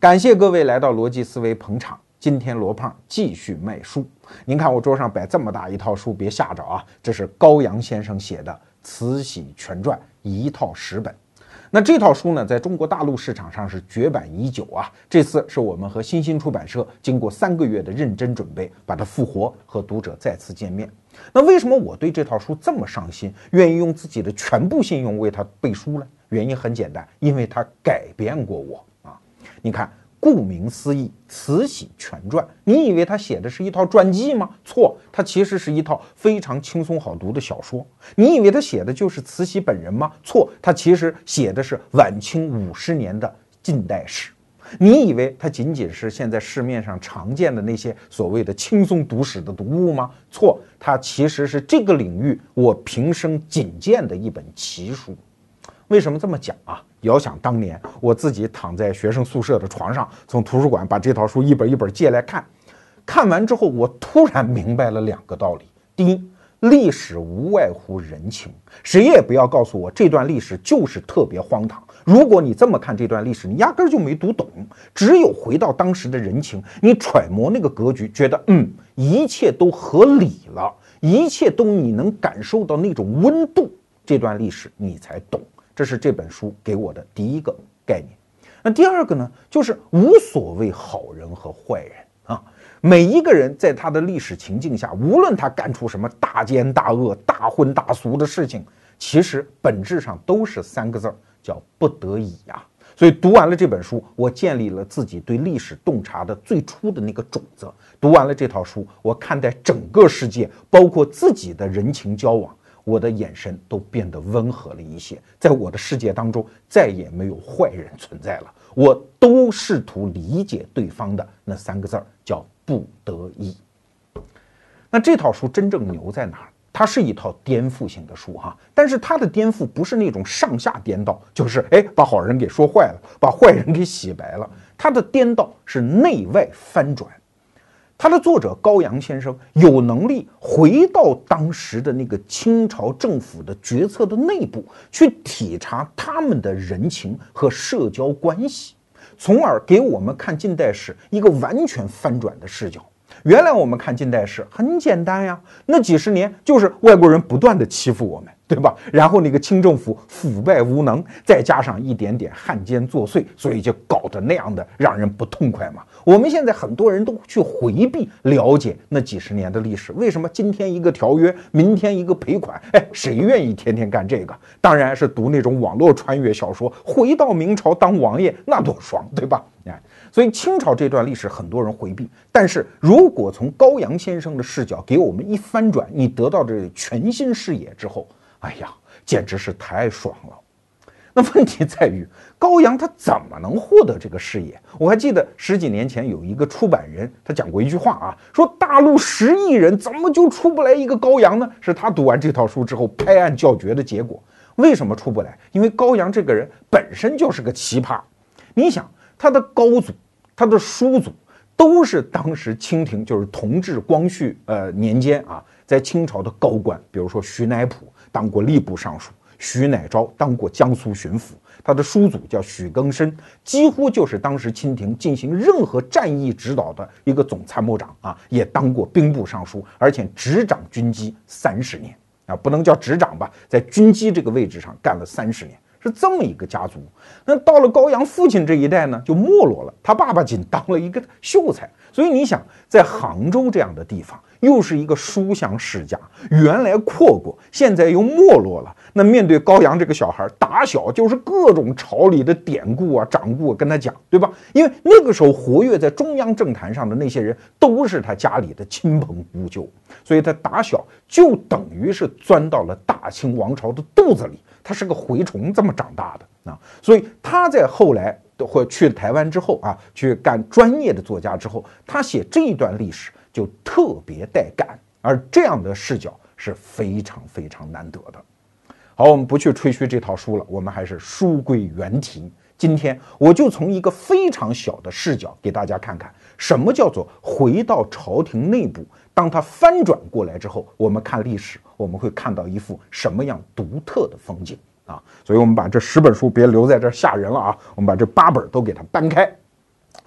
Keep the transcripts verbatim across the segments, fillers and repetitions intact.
感谢各位来到逻辑思维捧场。今天罗胖继续卖书。您看我桌上摆这么大一套书，别吓着啊，这是高阳先生写的《慈禧全传》一套十本。那这套书呢，在中国大陆市场上是绝版已久啊。这次是我们和新兴出版社经过三个月的认真准备，把它复活，和读者再次见面。那为什么我对这套书这么上心，愿意用自己的全部信用为它背书呢？原因很简单，因为它改变过我啊。你看，顾名思义，《慈禧全传》，你以为它写的是一套传记吗？错，它其实是一套非常轻松好读的小说。你以为它写的就是慈禧本人吗？错，它其实写的是晚清五十年的近代史。你以为它仅仅是现在市面上常见的那些所谓的轻松读史的读物吗？错，它其实是这个领域我平生仅见的一本奇书。为什么这么讲啊？遥想当年，我自己躺在学生宿舍的床上，从图书馆把这套书一本一本借来看。看完之后，我突然明白了两个道理。第一，历史无外乎人情，谁也不要告诉我这段历史就是特别荒唐。如果你这么看这段历史，你压根儿就没读懂。只有回到当时的人情，你揣摩那个格局，觉得嗯，一切都合理了，一切都你能感受到那种温度，这段历史你才懂。这是这本书给我的第一个概念。那第二个呢，就是无所谓好人和坏人啊。每一个人在他的历史情境下，无论他干出什么大奸大恶、大荤大俗的事情，其实本质上都是三个字儿，叫不得已呀。所以读完了这本书，我建立了自己对历史洞察的最初的那个种子。读完了这套书，我看待整个世界，包括自己的人情交往，我的眼神都变得温和了一些。在我的世界当中，再也没有坏人存在了，我都试图理解对方的那三个字儿，叫不得已。那这套书真正牛在哪儿？它是一套颠覆性的书哈，但是它的颠覆不是那种上下颠倒，就是哎把好人给说坏了，把坏人给洗白了。它的颠倒是内外翻转。他的作者高阳先生有能力回到当时的那个清朝政府的决策的内部，去体察他们的人情和社交关系，从而给我们看近代史一个完全翻转的视角。原来我们看近代史很简单呀，那几十年就是外国人不断的欺负我们，对吧？然后那个清政府腐败无能，再加上一点点汉奸作祟，所以就搞得那样的让人不痛快嘛。我们现在很多人都去回避了解那几十年的历史，为什么今天一个条约，明天一个赔款？哎，谁愿意天天干这个？当然是读那种网络穿越小说，回到明朝当王爷，那多爽，对吧？哎，所以清朝这段历史很多人回避，但是如果从高阳先生的视角给我们一翻转，你得到这全新视野之后，哎呀，简直是太爽了。那问题在于，高阳他怎么能获得这个视野？我还记得十几年前有一个出版人，他讲过一句话啊，说大陆十亿人怎么就出不来一个高阳呢？是他读完这套书之后拍案叫绝的结果。为什么出不来？因为高阳这个人本身就是个奇葩。你想，他的高祖、他的叔祖都是当时清廷就是同治、光绪呃年间啊，在清朝的高官，比如说徐乃溥当过吏部尚书，徐乃昭当过江苏巡抚，他的叔祖叫许庚申，几乎就是当时清廷进行任何战役指导的一个总参谋长啊，也当过兵部尚书，而且执掌军机三十年啊，不能叫执掌吧，在军机这个位置上干了三十年。是这么一个家族。那到了高阳父亲这一代呢，就没落了，他爸爸仅当了一个秀才。所以你想，在杭州这样的地方，又是一个书香世家，原来阔过，现在又没落了。那面对高阳这个小孩，打小就是各种朝里的典故啊、掌故啊跟他讲，对吧？因为那个时候活跃在中央政坛上的那些人，都是他家里的亲朋故旧，所以他打小就等于是钻到了大清王朝的肚子里。他是个蛔虫这么长大的啊，所以他在后来或去台湾之后啊，去干专业的作家之后，他写这一段历史就特别带感，而这样的视角是非常非常难得的。好，我们不去吹嘘这套书了，我们还是书归原题。今天我就从一个非常小的视角给大家看看，什么叫做回到朝廷内部，当它翻转过来之后，我们看历史，我们会看到一幅什么样独特的风景啊！所以我们把这十本书别留在这儿吓人了啊，我们把这八本都给它搬开。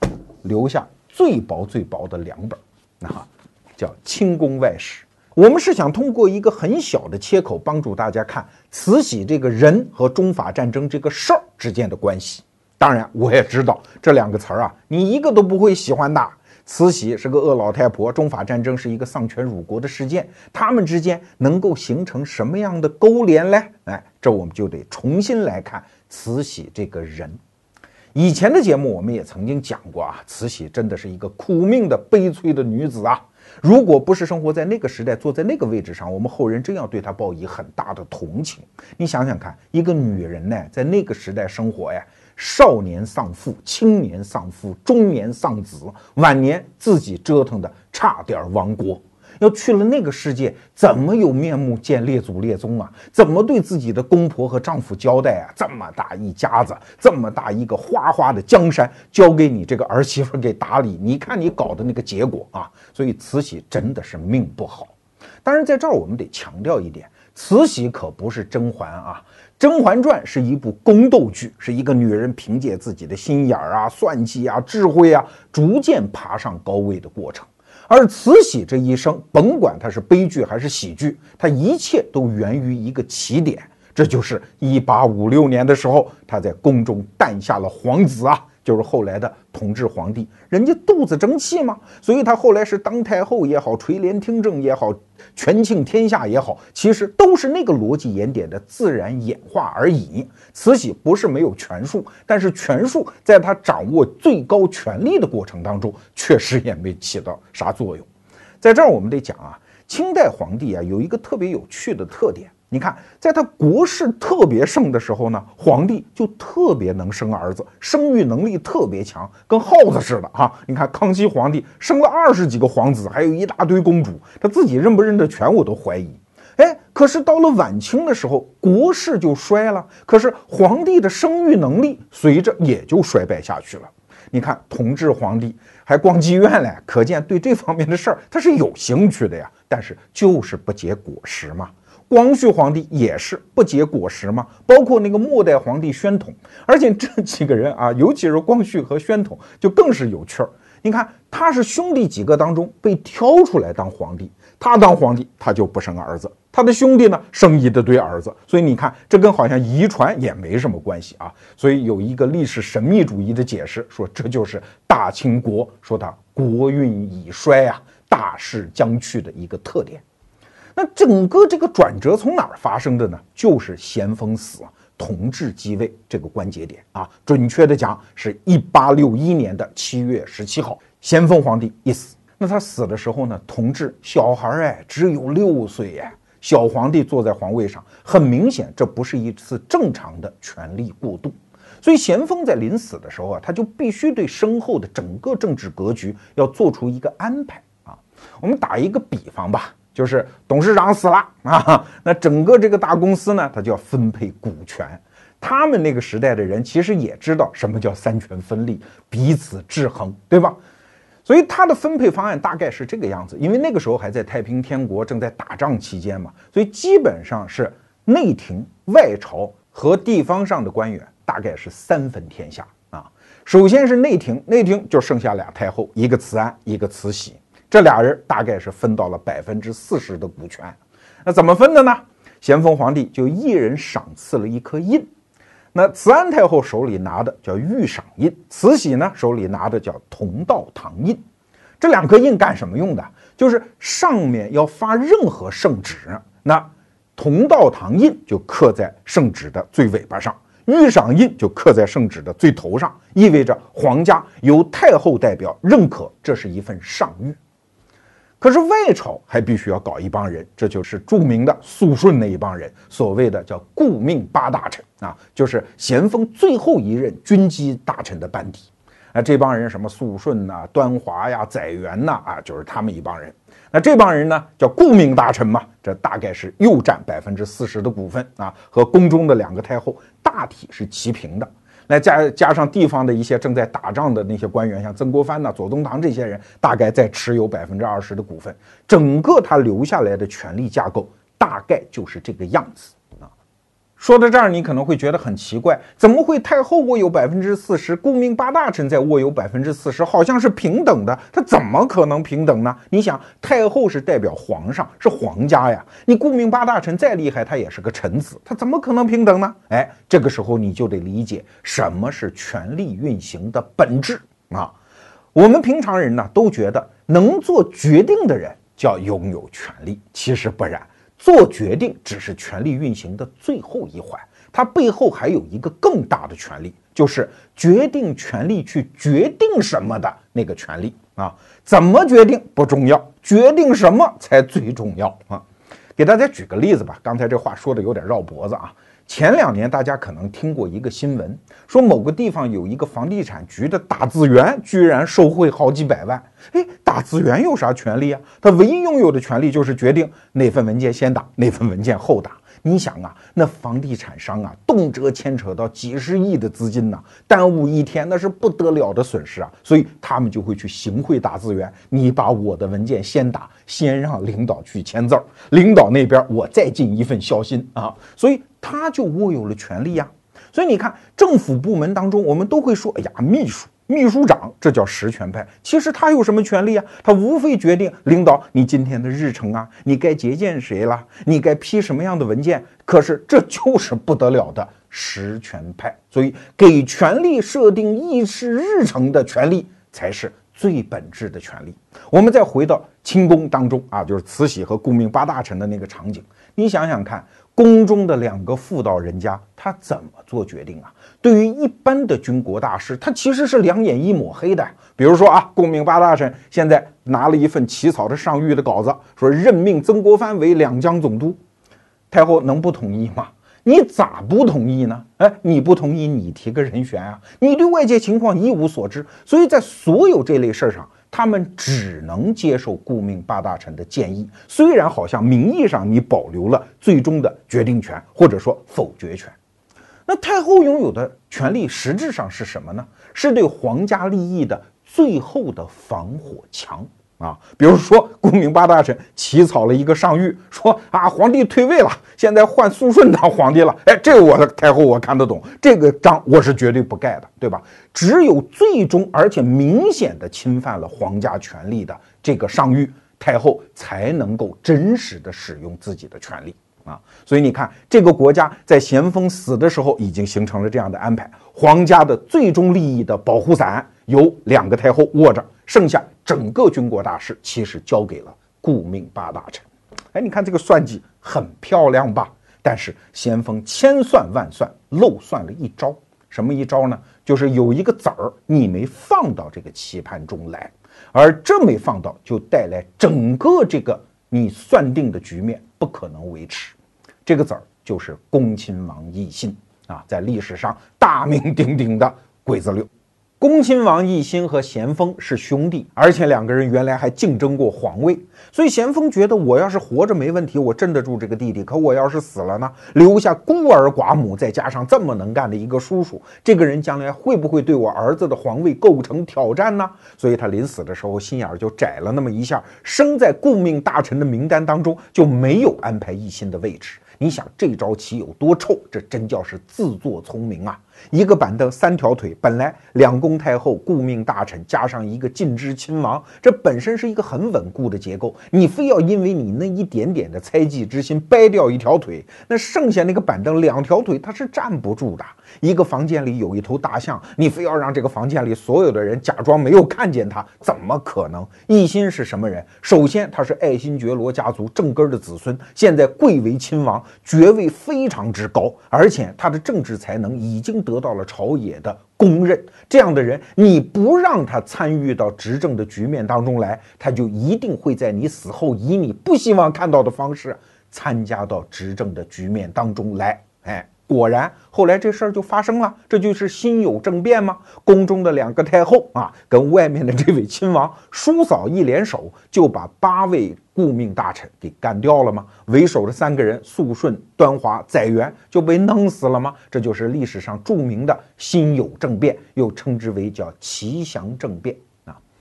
留下最薄最薄的两本，啊，叫《清宫外史》。我们是想通过一个很小的切口，帮助大家看慈禧这个人和中法战争这个事儿之间的关系。当然，我也知道这两个词儿啊，你一个都不会喜欢的。慈禧是个恶老太婆，中法战争是一个丧权辱国的事件，他们之间能够形成什么样的勾连嘞？哎，这我们就得重新来看慈禧这个人。以前的节目我们也曾经讲过啊，慈禧真的是一个苦命的悲催的女子啊。如果不是生活在那个时代，坐在那个位置上，我们后人真要对她报以很大的同情。你想想看，一个女人呢，在那个时代生活呀，少年丧父，青年丧夫，中年丧子，晚年自己折腾的差点亡国。要去了那个世界，怎么有面目见列祖列宗啊？怎么对自己的公婆和丈夫交代啊？这么大一家子，这么大一个花花的江山，交给你这个儿媳妇给打理，你看你搞的那个结果啊！所以慈禧真的是命不好。当然，在这儿我们得强调一点，慈禧可不是甄嬛啊。《甄嬛传》是一部宫斗剧，是一个女人凭借自己的心眼啊、算计啊、智慧啊，逐渐爬上高位的过程。而慈禧这一生，甭管它是悲剧还是喜剧，它一切都源于一个起点，这就是一八五六年的时候，她在宫中诞下了皇子啊，就是后来的同治皇帝。人家肚子争气嘛，所以她后来是当太后也好，垂帘听政也好，权倾天下也好，其实都是那个逻辑演点的自然演化而已。慈禧不是没有权术，但是权术在她掌握最高权力的过程当中，确实也没起到啥作用。在这儿我们得讲啊，清代皇帝啊有一个特别有趣的特点。你看，在他国势特别盛的时候呢，皇帝就特别能生儿子，生育能力特别强，跟耗子似的哈。你看康熙皇帝生了二十几个皇子，还有一大堆公主，他自己认不认得全我都怀疑。哎，可是到了晚清的时候，国势就衰了，可是皇帝的生育能力随着也就衰败下去了。你看同治皇帝还逛妓院嘞，可见对这方面的事儿他是有兴趣的呀，但是就是不结果实嘛。光绪皇帝也是不结果实嘛，包括那个末代皇帝宣统，而且这几个人啊，尤其是光绪和宣统就更是有趣儿。你看他是兄弟几个当中被挑出来当皇帝，他当皇帝他就不生儿子，他的兄弟呢生一大堆儿子，所以你看这跟好像遗传也没什么关系啊。所以有一个历史神秘主义的解释说，这就是大清国说他国运已衰啊，大势将去的一个特点。那整个这个转折从哪儿发生的呢？就是咸丰死，同治继位这个关节点啊。准确的讲，是一八六一年的七月十七号，咸丰皇帝一死。那他死的时候呢，同治小孩哎，只有六岁哎，小皇帝坐在皇位上，很明显这不是一次正常的权力过渡。所以咸丰在临死的时候啊，他就必须对身后的整个政治格局要做出一个安排啊。我们打一个比方吧。就是董事长死了啊，那整个这个大公司呢，它就要分配股权。他们那个时代的人其实也知道什么叫三权分立，彼此制衡，对吧？所以他的分配方案大概是这个样子，因为那个时候还在太平天国正在打仗期间嘛，所以基本上是内廷、外朝和地方上的官员大概是三分天下啊。首先是内廷，内廷就剩下俩太后，一个慈安，一个慈禧。这俩人大概是分到了百分之四十的股权，那怎么分的呢？咸丰皇帝就一人赏赐了一颗印，那慈安太后手里拿的叫御赏印，慈禧呢手里拿的叫同道堂印。这两颗印干什么用的？就是上面要发任何圣旨，那同道堂印就刻在圣旨的最尾巴上，御赏印就刻在圣旨的最头上，意味着皇家由太后代表认可这是一份上谕。可是外朝还必须要搞一帮人，这就是著名的肃顺那一帮人，所谓的叫顾命八大臣啊，就是咸丰最后一任军机大臣的班底。那这帮人什么肃顺呐、端华呀、载元呐啊，就是他们一帮人。那这帮人呢叫顾命大臣嘛，这大概是又占百分之四十的股份啊，和宫中的两个太后大体是齐平的。来加加上地方的一些正在打仗的那些官员，像曾国藩呐、左宗棠这些人，大概再持有百分之二十的股份。整个他留下来的权力架构大概就是这个样子啊。 说到这儿，你可能会觉得很奇怪，怎么会太后握有百分之四十，顾命八大臣在握有百分之四十，好像是平等的，他怎么可能平等呢？你想，太后是代表皇上，是皇家呀，你顾命八大臣再厉害，他也是个臣子，他怎么可能平等呢？哎，这个时候你就得理解什么是权力运行的本质啊。我们平常人呢都觉得能做决定的人叫拥有权力，其实不然。做决定只是权力运行的最后一环，它背后还有一个更大的权力，就是决定权力去决定什么的那个权力啊。怎么决定不重要，决定什么才最重要啊。给大家举个例子吧，刚才这话说的有点绕脖子啊。前两年大家可能听过一个新闻，说某个地方有一个房地产局的打字员居然受贿好几百万。哎，打字员有啥权利啊？他唯一拥有的权利就是决定哪份文件先打，哪份文件后打。你想啊，那房地产商啊，动辄牵扯到几十亿的资金呐、啊，耽误一天那是不得了的损失啊，所以他们就会去行贿打字员，你把我的文件先打，先让领导去签字，领导那边我再进一份孝心啊，所以他就握有了权力呀、啊。所以你看，政府部门当中，我们都会说，哎呀，秘书。秘书长，这叫实权派。其实他有什么权利啊？他无非决定领导你今天的日程啊，你该接见谁了，你该批什么样的文件。可是这就是不得了的实权派。所以给权力设定议事日程的权利才是最本质的权利。我们再回到清宫当中啊，就是慈禧和顾命八大臣的那个场景，你想想看，宫中的两个妇道人家，他怎么做决定啊？对于一般的军国大事，他其实是两眼一抹黑的。比如说啊，顾命八大臣现在拿了一份起草的上谕的稿子，说任命曾国藩为两江总督，太后能不同意吗？你咋不同意呢？哎，你不同意，你提个人选啊！你对外界情况一无所知，所以在所有这类事上，他们只能接受顾命八大臣的建议。虽然好像名义上你保留了最终的决定权，或者说否决权。那太后拥有的权利实质上是什么呢？是对皇家利益的最后的防火墙啊。比如说顾命八大臣起草了一个上谕，说啊皇帝退位了，现在换肃顺当皇帝了。哎，这个我的太后我看得懂，这个章我是绝对不盖的，对吧？只有最终而且明显的侵犯了皇家权力的这个上谕，太后才能够真实的使用自己的权利。啊，所以你看，这个国家在咸丰死的时候已经形成了这样的安排：皇家的最终利益的保护伞由两个太后握着，剩下整个军国大事其实交给了顾命八大臣。哎，你看这个算计很漂亮吧？但是咸丰千算万算，漏算了一招。什么一招呢？就是有一个子儿你没放到这个棋盘中来，而这没放到，就带来整个这个你算定的局面不可能维持。这个子儿就是恭亲王奕欣啊，在历史上大名鼎鼎的鬼子六。恭亲王奕欣和咸丰是兄弟，而且两个人原来还竞争过皇位，所以咸丰觉得我要是活着没问题，我镇得住这个弟弟，可我要是死了呢，留下孤儿寡母，再加上这么能干的一个叔叔，这个人将来会不会对我儿子的皇位构成挑战呢？所以他临死的时候心眼就窄了那么一下，生在顾命大臣的名单当中就没有安排奕欣的位置。你想这招棋有多臭，这真叫是自作聪明啊。一个板凳三条腿，本来两宫太后、顾命大臣加上一个晋之亲王，这本身是一个很稳固的结构，你非要因为你那一点点的猜忌之心掰掉一条腿，那剩下那个板凳两条腿它是站不住的。一个房间里有一头大象，你非要让这个房间里所有的人假装没有看见它，怎么可能？奕欣是什么人？首先他是爱新觉罗家族正根的子孙，现在贵为亲王，爵位非常之高，而且他的政治才能已经得到了朝野的公认。这样的人，你不让他参与到执政的局面当中来，他就一定会在你死后以你不希望看到的方式参加到执政的局面当中来。哎，果然后来这事儿就发生了，这就是辛酉政变吗？宫中的两个太后啊，跟外面的这位亲王叔嫂一联手，就把八位顾命大臣给干掉了吗？为首的三个人肃顺、端华、载元就被弄死了吗？这就是历史上著名的辛酉政变，又称之为叫祺祥政变啊。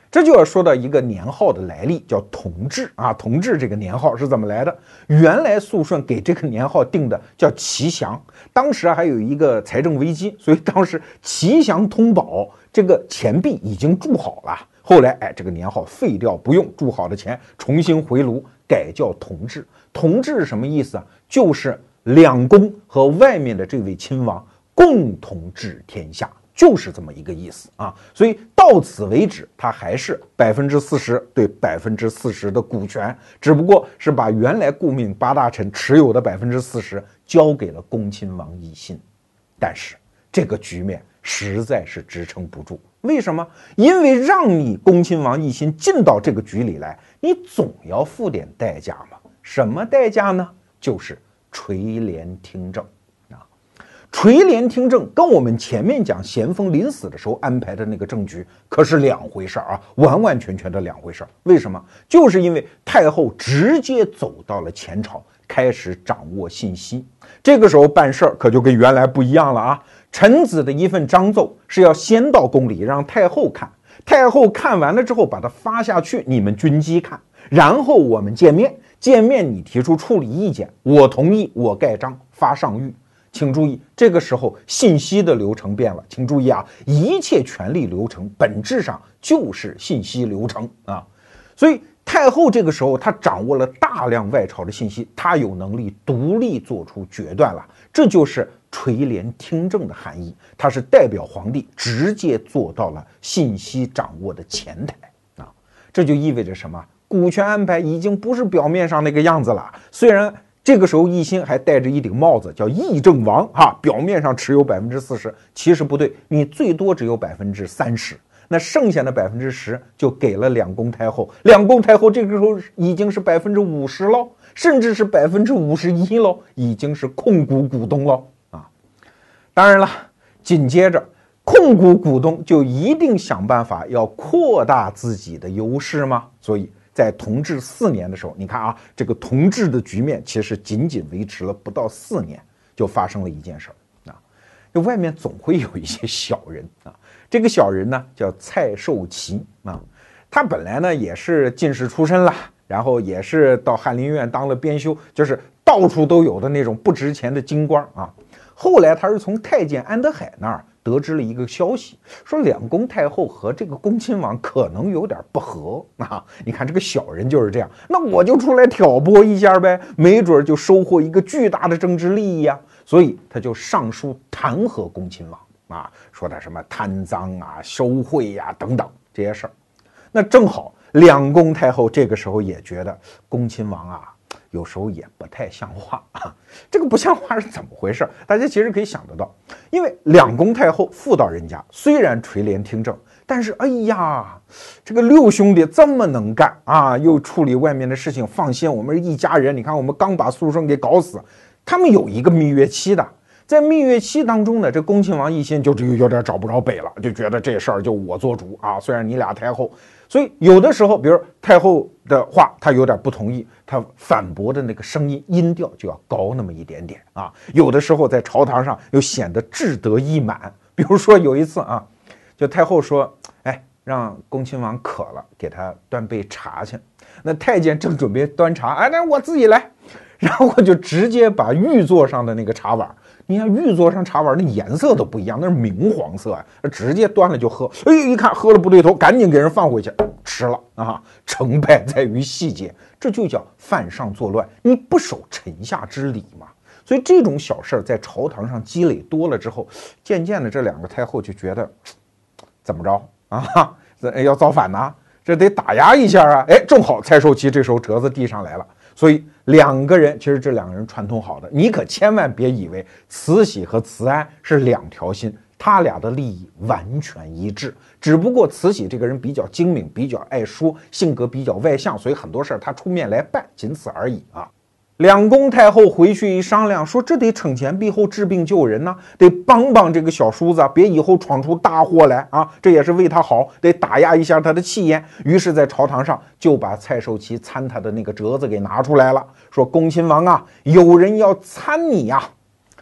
这就要说到一个年号的来历，叫同治啊。同治这个年号是怎么来的？原来肃顺给这个年号定的叫齐祥，当时还有一个财政危机，所以当时齐祥通宝这个钱币已经铸好了。后来哎，这个年号废掉不用，铸好的钱重新回炉，改叫同治。同治是什么意思啊？就是两宫和外面的这位亲王共同治天下。就是这么一个意思啊，所以到此为止，它还是百分之四十对百分之四十的股权，只不过是把原来顾命八大臣持有的百分之四十交给了恭亲王奕欣。但是这个局面实在是支撑不住，为什么？因为让你恭亲王奕欣进到这个局里来，你总要付点代价嘛。什么代价呢？就是垂帘听政。垂帘听政跟我们前面讲咸丰临死的时候安排的那个政局可是两回事啊，完完全全的两回事。为什么？就是因为太后直接走到了前朝，开始掌握信息。这个时候办事儿可就跟原来不一样了啊！臣子的一份章奏是要先到宫里让太后看，太后看完了之后把它发下去，你们军机看，然后我们见面，见面你提出处理意见，我同意，我盖章发上谕。请注意，这个时候信息的流程变了。请注意啊，一切权力流程本质上就是信息流程啊。所以太后这个时候她掌握了大量外朝的信息，她有能力独立做出决断了。这就是垂帘听政的含义，她是代表皇帝直接做到了信息掌握的前台啊。这就意味着什么？股权安排已经不是表面上那个样子了。虽然这个时候奕欣还戴着一顶帽子，叫议政王哈，表面上持有百分之四十，其实不对，你最多只有百分之三十，那剩下的百分之十就给了两宫太后。两宫太后这个时候已经是百分之五十喽，甚至是百分之五十一喽，已经是控股股东喽啊！当然了，紧接着控股股东就一定想办法要扩大自己的优势吗？所以在同治四年的时候，你看啊，这个同治的局面其实仅仅维持了不到四年，就发生了一件事儿啊，就外面总会有一些小人啊。这个小人呢叫蔡寿祺啊，他本来呢也是进士出身了，然后也是到翰林院当了编修，就是到处都有的那种不值钱的京官啊。后来他是从太监安德海那儿得知了一个消息，说两宫太后和这个恭亲王可能有点不和啊！你看这个小人就是这样，那我就出来挑拨一下呗，没准就收获一个巨大的政治利益啊！所以他就上书弹劾恭亲王啊，说他什么贪赃啊、收贿呀、啊、等等这些事儿。那正好两宫太后这个时候也觉得恭亲王啊，有时候也不太像话啊。这个不像话是怎么回事？大家其实可以想得到，因为两宫太后妇道人家，虽然垂帘听政，但是哎呀，这个六兄弟这么能干啊，又处理外面的事情，放心，我们一家人，你看我们刚把肃顺给搞死，他们有一个蜜月期的。在蜜月期当中呢，这恭亲王奕欣就有点找不着北了，就觉得这事儿就我做主啊。虽然你俩太后，所以有的时候，比如太后的话，他有点不同意，他反驳的那个声音音调就要高那么一点点啊。有的时候在朝堂上又显得志得意满，比如说有一次啊，就太后说，哎，让恭亲王渴了，给他端杯茶去。那太监正准备端茶，哎，那我自己来。然后我就直接把御座上的那个茶碗，你看御座上茶碗那颜色都不一样，那是明黄色啊，直接端了就喝。哎，一看喝了不对头，赶紧给人放回去吃了啊！成败在于细节，这就叫犯上作乱，你不守臣下之礼嘛。所以这种小事在朝堂上积累多了之后，渐渐的这两个太后就觉得怎么着啊，要造反呐、啊，这得打压一下啊！哎，正好蔡寿祺这时候折子递上来了。所以两个人，其实这两个人串通好的，你可千万别以为慈禧和慈安是两条心，他俩的利益完全一致，只不过慈禧这个人比较精明，比较爱说，性格比较外向，所以很多事儿他出面来办，仅此而已啊。两宫太后回去一商量，说这得惩前毖后，治病救人呐、啊，得帮帮这个小叔子，别以后闯出大祸来啊！这也是为他好，得打压一下他的气焰。于是，在朝堂上就把蔡寿祺参他的那个折子给拿出来了，说恭亲王啊，有人要参你呀、啊！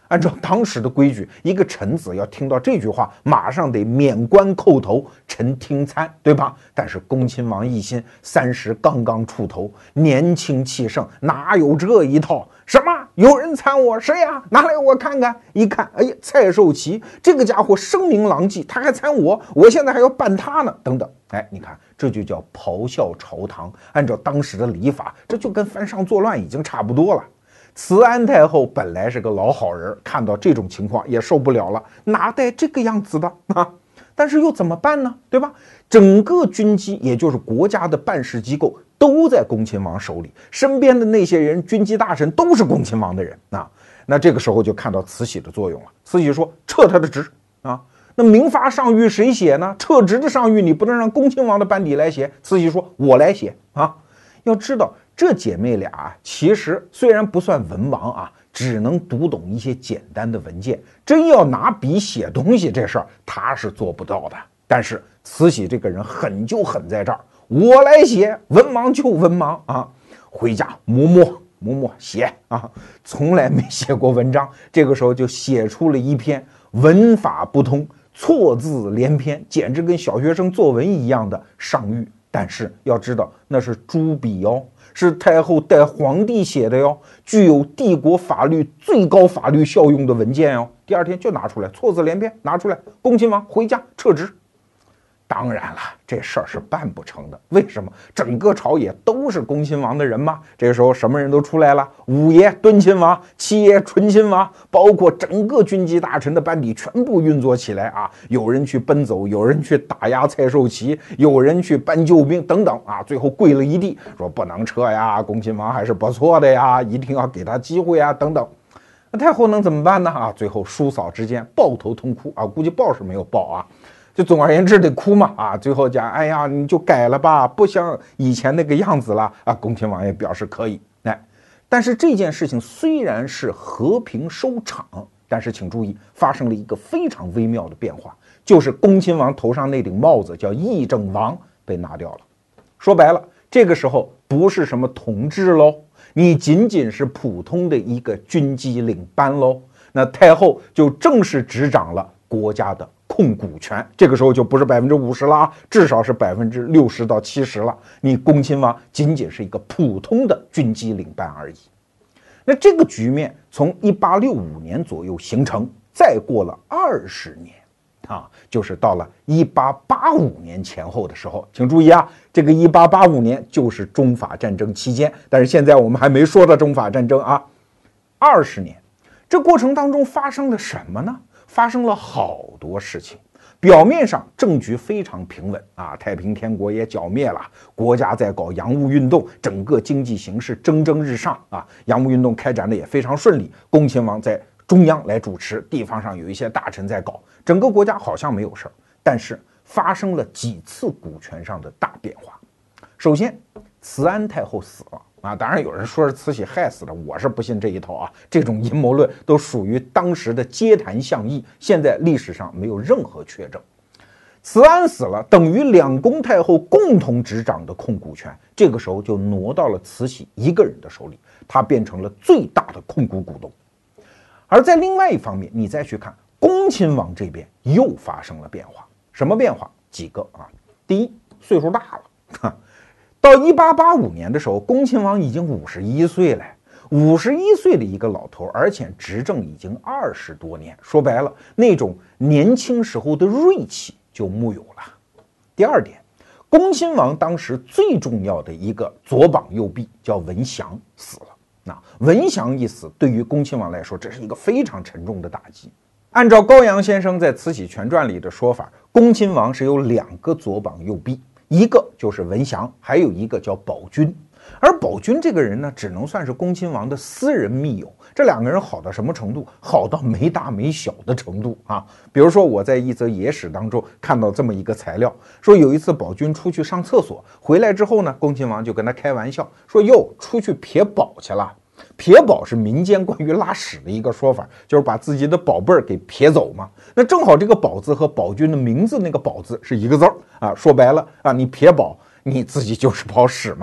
按照当时的规矩，一个臣子要听到这句话，马上得免冠叩头，臣听参，对吧？但是恭亲王一心，三十刚刚出头，年轻气盛，哪有这一套？什么？有人参我？谁呀？拿来我看看。一看，哎呀，蔡寿祺这个家伙声名狼藉，他还参我，我现在还要办他呢，等等。哎，你看，这就叫咆哮朝堂。按照当时的礼法，这就跟犯上作乱已经差不多了。慈安太后本来是个老好人，看到这种情况也受不了了，哪带这个样子的啊？但是又怎么办呢？对吧？整个军机，也就是国家的办事机构，都在恭亲王手里，身边的那些人，军机大臣都是恭亲王的人啊。那这个时候就看到慈禧的作用了。慈禧说：“撤他的职啊！”那民法上谕谁写呢？撤职的上谕你不能让恭亲王的班底来写。慈禧说：“我来写啊！”要知道。这姐妹俩其实虽然不算文王啊，只能读懂一些简单的文件，真要拿笔写东西这事儿，她是做不到的。但是慈禧这个人狠就狠在这儿，我来写，文盲就文盲啊，回家磨磨磨磨写啊，从来没写过文章，这个时候就写出了一篇文法不通、错字连篇，简直跟小学生作文一样的上谕。但是要知道，那是朱笔哟，是太后代皇帝写的哟，具有帝国法律最高法律效用的文件哟。第二天就拿出来，错字连篇，拿出来，恭亲王回家撤职。当然了，这事儿是办不成的。为什么？整个朝野都是恭亲王的人嘛。这个时候什么人都出来了，五爷敦亲王、七爷醇亲王，包括整个军机大臣的班底全部运作起来啊。有人去奔走，有人去打压蔡寿祺，有人去搬救兵等等啊。最后跪了一地，说不能撤呀，恭亲王还是不错的呀，一定要给他机会啊，等等。那太后能怎么办呢？啊，最后叔嫂之间抱头痛哭啊，估计抱是没有抱啊。就总而言之得哭嘛啊，最后讲，哎呀，你就改了吧，不像以前那个样子了啊。恭亲王也表示可以，哎，但是这件事情虽然是和平收场，但是请注意，发生了一个非常微妙的变化，就是恭亲王头上那顶帽子叫议政王被拿掉了。说白了，这个时候不是什么统治喽，你仅仅是普通的一个军机领班喽。那太后就正式执掌了国家的控股权，这个时候就不是百分之五十了啊，至少是百分之六十到七十了。你恭亲王仅仅是一个普通的军机领班而已。那这个局面从一八六五年左右形成，再过了二十年啊，就是到了一八八五年前后的时候。请注意啊，这个一八八五年就是中法战争期间，但是现在我们还没说到中法战争啊。二十年，这过程当中发生了什么呢？发生了好多事情，表面上政局非常平稳啊，太平天国也剿灭了，国家在搞洋务运动，整个经济形势蒸蒸日上啊，洋务运动开展的也非常顺利，恭亲王在中央来主持，地方上有一些大臣在搞，整个国家好像没有事儿。但是发生了几次股权上的大变化。首先，慈安太后死了啊，当然有人说是慈禧害死的，我是不信这一套啊。这种阴谋论都属于当时的街谈巷议，现在历史上没有任何确证。慈安死了，等于两宫太后共同执掌的控股权，这个时候就挪到了慈禧一个人的手里，她变成了最大的控股股东。而在另外一方面，你再去看恭亲王这边又发生了变化，什么变化？几个啊。第一，岁数大了。到一八八五年的时候，恭亲王已经五十一岁了，五十一岁的一个老头，而且执政已经二十多年，说白了，那种年轻时候的锐气就木有了。第二点，恭亲王当时最重要的一个左膀右臂叫文祥死了。那文祥一死，对于恭亲王来说，这是一个非常沉重的打击。按照高阳先生在《慈禧全传》里的说法，恭亲王是有两个左膀右臂，一个就是文祥，还有一个叫宝君。而宝君这个人呢，只能算是恭亲王的私人密友。这两个人好到什么程度？好到没大没小的程度啊！比如说我在一则野史当中看到这么一个材料，说有一次宝君出去上厕所，回来之后呢，恭亲王就跟他开玩笑说：“哟，出去撇宝去了。”撇宝是民间关于拉屎的一个说法，就是把自己的宝贝儿给撇走嘛。那正好这个宝字和宝君的名字那个宝字是一个字儿啊，说白了啊，你撇宝你自己就是跑屎嘛。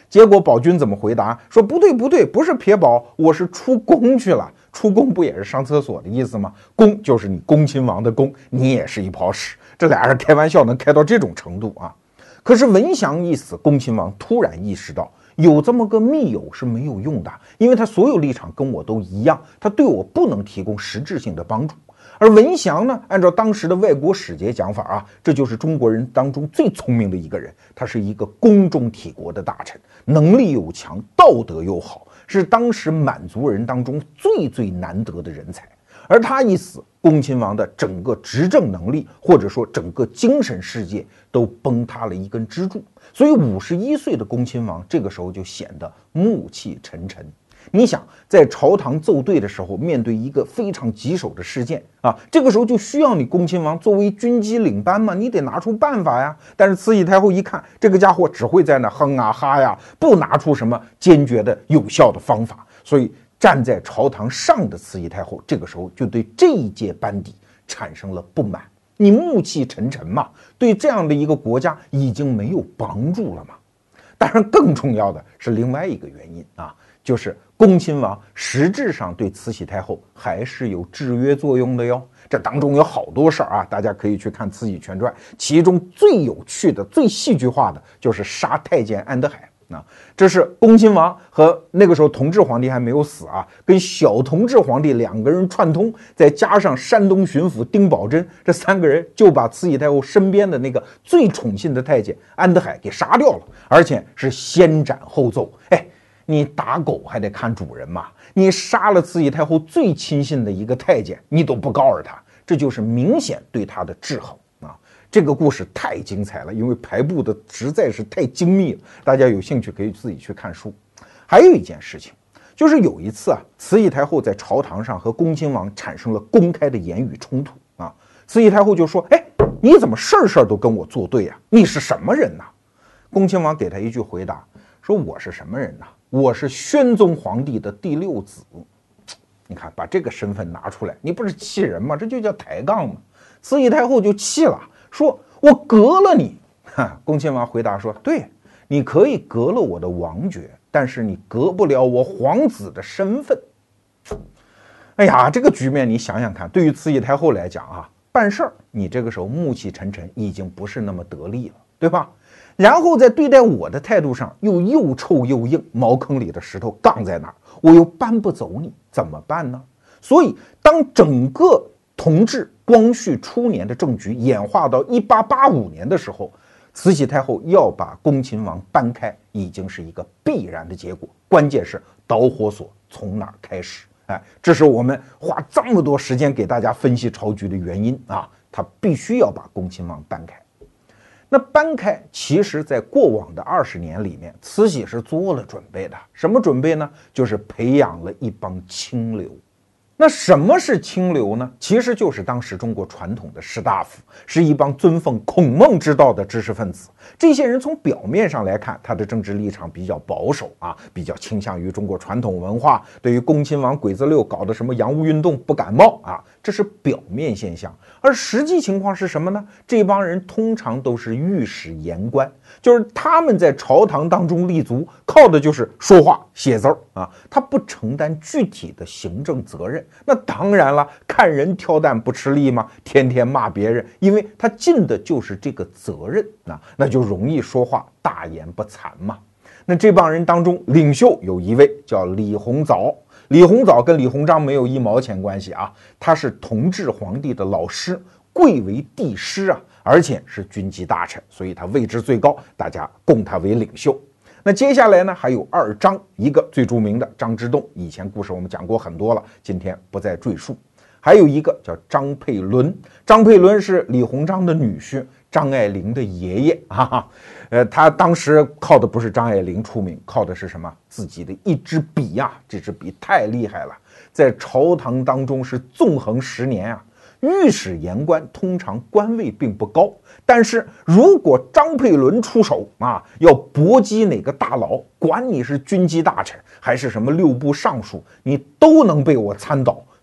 结果宝军怎么回答？说不对不对，不是撇宝，我是出宫去了。出宫不也是上厕所的意思吗？宫就是你恭亲王的宫，你也是一泡屎。这俩人开玩笑能开到这种程度啊！可是文祥一死，恭亲王突然意识到，有这么个密友是没有用的，因为他所有立场跟我都一样，他对我不能提供实质性的帮助。而文祥呢，按照当时的外国使节讲法啊，这就是中国人当中最聪明的一个人，他是一个宫中体国的大臣，能力又强，道德又好，是当时满族人当中最最难得的人才。而他一死，恭亲王的整个执政能力，或者说整个精神世界都崩塌了一根支柱。所以五十一岁的恭亲王这个时候就显得暮气沉沉。你想，在朝堂奏对的时候，面对一个非常棘手的事件啊，这个时候就需要你恭亲王作为军机领班嘛，你得拿出办法呀。但是慈禧太后一看，这个家伙只会在那哼啊哈呀，不拿出什么坚决的有效的方法，所以站在朝堂上的慈禧太后这个时候就对这一届班底产生了不满。你暮气沉沉嘛，对这样的一个国家已经没有帮助了嘛。当然更重要的是另外一个原因啊，就是恭亲王实质上对慈禧太后还是有制约作用的哟。这当中有好多事儿啊，大家可以去看《慈禧全传》，其中最有趣的、最戏剧化的就是杀太监安德海。啊，这是恭亲王和那个时候同治皇帝还没有死啊，跟小同治皇帝两个人串通，再加上山东巡抚丁宝桢，这三个人就把慈禧太后身边的那个最宠信的太监安德海给杀掉了，而且是先斩后奏。哎，你打狗还得看主人嘛，你杀了慈禧太后最亲信的一个太监，你都不告诉他，这就是明显对他的制衡。这个故事太精彩了，因为排布的实在是太精密了，大家有兴趣可以自己去看书。还有一件事情，就是有一次啊，慈禧太后在朝堂上和恭亲王产生了公开的言语冲突啊。慈禧太后就说：“哎，你怎么事儿事儿都跟我作对啊？你是什么人呐？”恭亲王给他一句回答，说：“我是什么人呐？我是宣宗皇帝的第六子。”你看，把这个身份拿出来，你不是气人吗？这就叫抬杠嘛。慈禧太后就气了。说我革了你，哈！恭亲王回答说：“对，你可以革了我的王爵，但是你革不了我皇子的身份。”哎呀，这个局面你想想看，对于慈禧太后来讲啊，办事儿你这个时候暮气沉沉，已经不是那么得力了，对吧？然后在对待我的态度上又又臭又硬，茅坑里的石头杠在哪儿，我又搬不走你，怎么办呢？所以当整个同治光绪初年的政局演化到一八八五年的时候，慈禧太后要把恭亲王搬开，已经是一个必然的结果。关键是导火索从哪儿开始？哎，这是我们花这么多时间给大家分析朝局的原因啊！他必须要把恭亲王搬开。那搬开，其实在过往的二十年里面，慈禧是做了准备的。什么准备呢？就是培养了一帮清流。那什么是清流呢？其实就是当时中国传统的士大夫，是一帮尊奉孔孟之道的知识分子。这些人从表面上来看，他的政治立场比较保守啊，比较倾向于中国传统文化，对于恭亲王鬼子六搞的什么洋务运动不感冒啊，这是表面现象。而实际情况是什么呢？这帮人通常都是御史言官，就是他们在朝堂当中立足，靠的就是说话写字儿啊，他不承担具体的行政责任。那当然了，看人挑担不吃力吗？天天骂别人，因为他尽的就是这个责任啊，那就容易说话大言不惭嘛。那这帮人当中，领袖有一位叫李鸿藻。李鸿藻跟李鸿章没有一毛钱关系啊，他是同治皇帝的老师，贵为帝师啊，而且是军机大臣，所以他位置最高，大家供他为领袖。那接下来呢，还有二张，一个最著名的张之洞，以前故事我们讲过很多了，今天不再赘述。还有一个叫张佩纶，张佩纶是李鸿章的女婿，张爱玲的爷爷啊。呃，他当时靠的不是张爱玲出名，靠的是什么？自己的一支笔呀、啊，这支笔太厉害了，在朝堂当中是纵横十年啊。御史言官通常官位并不高，但是如果张佩纶出手啊，要搏击哪个大佬，管你是军机大臣还是什么六部尚书，你都能被我参倒，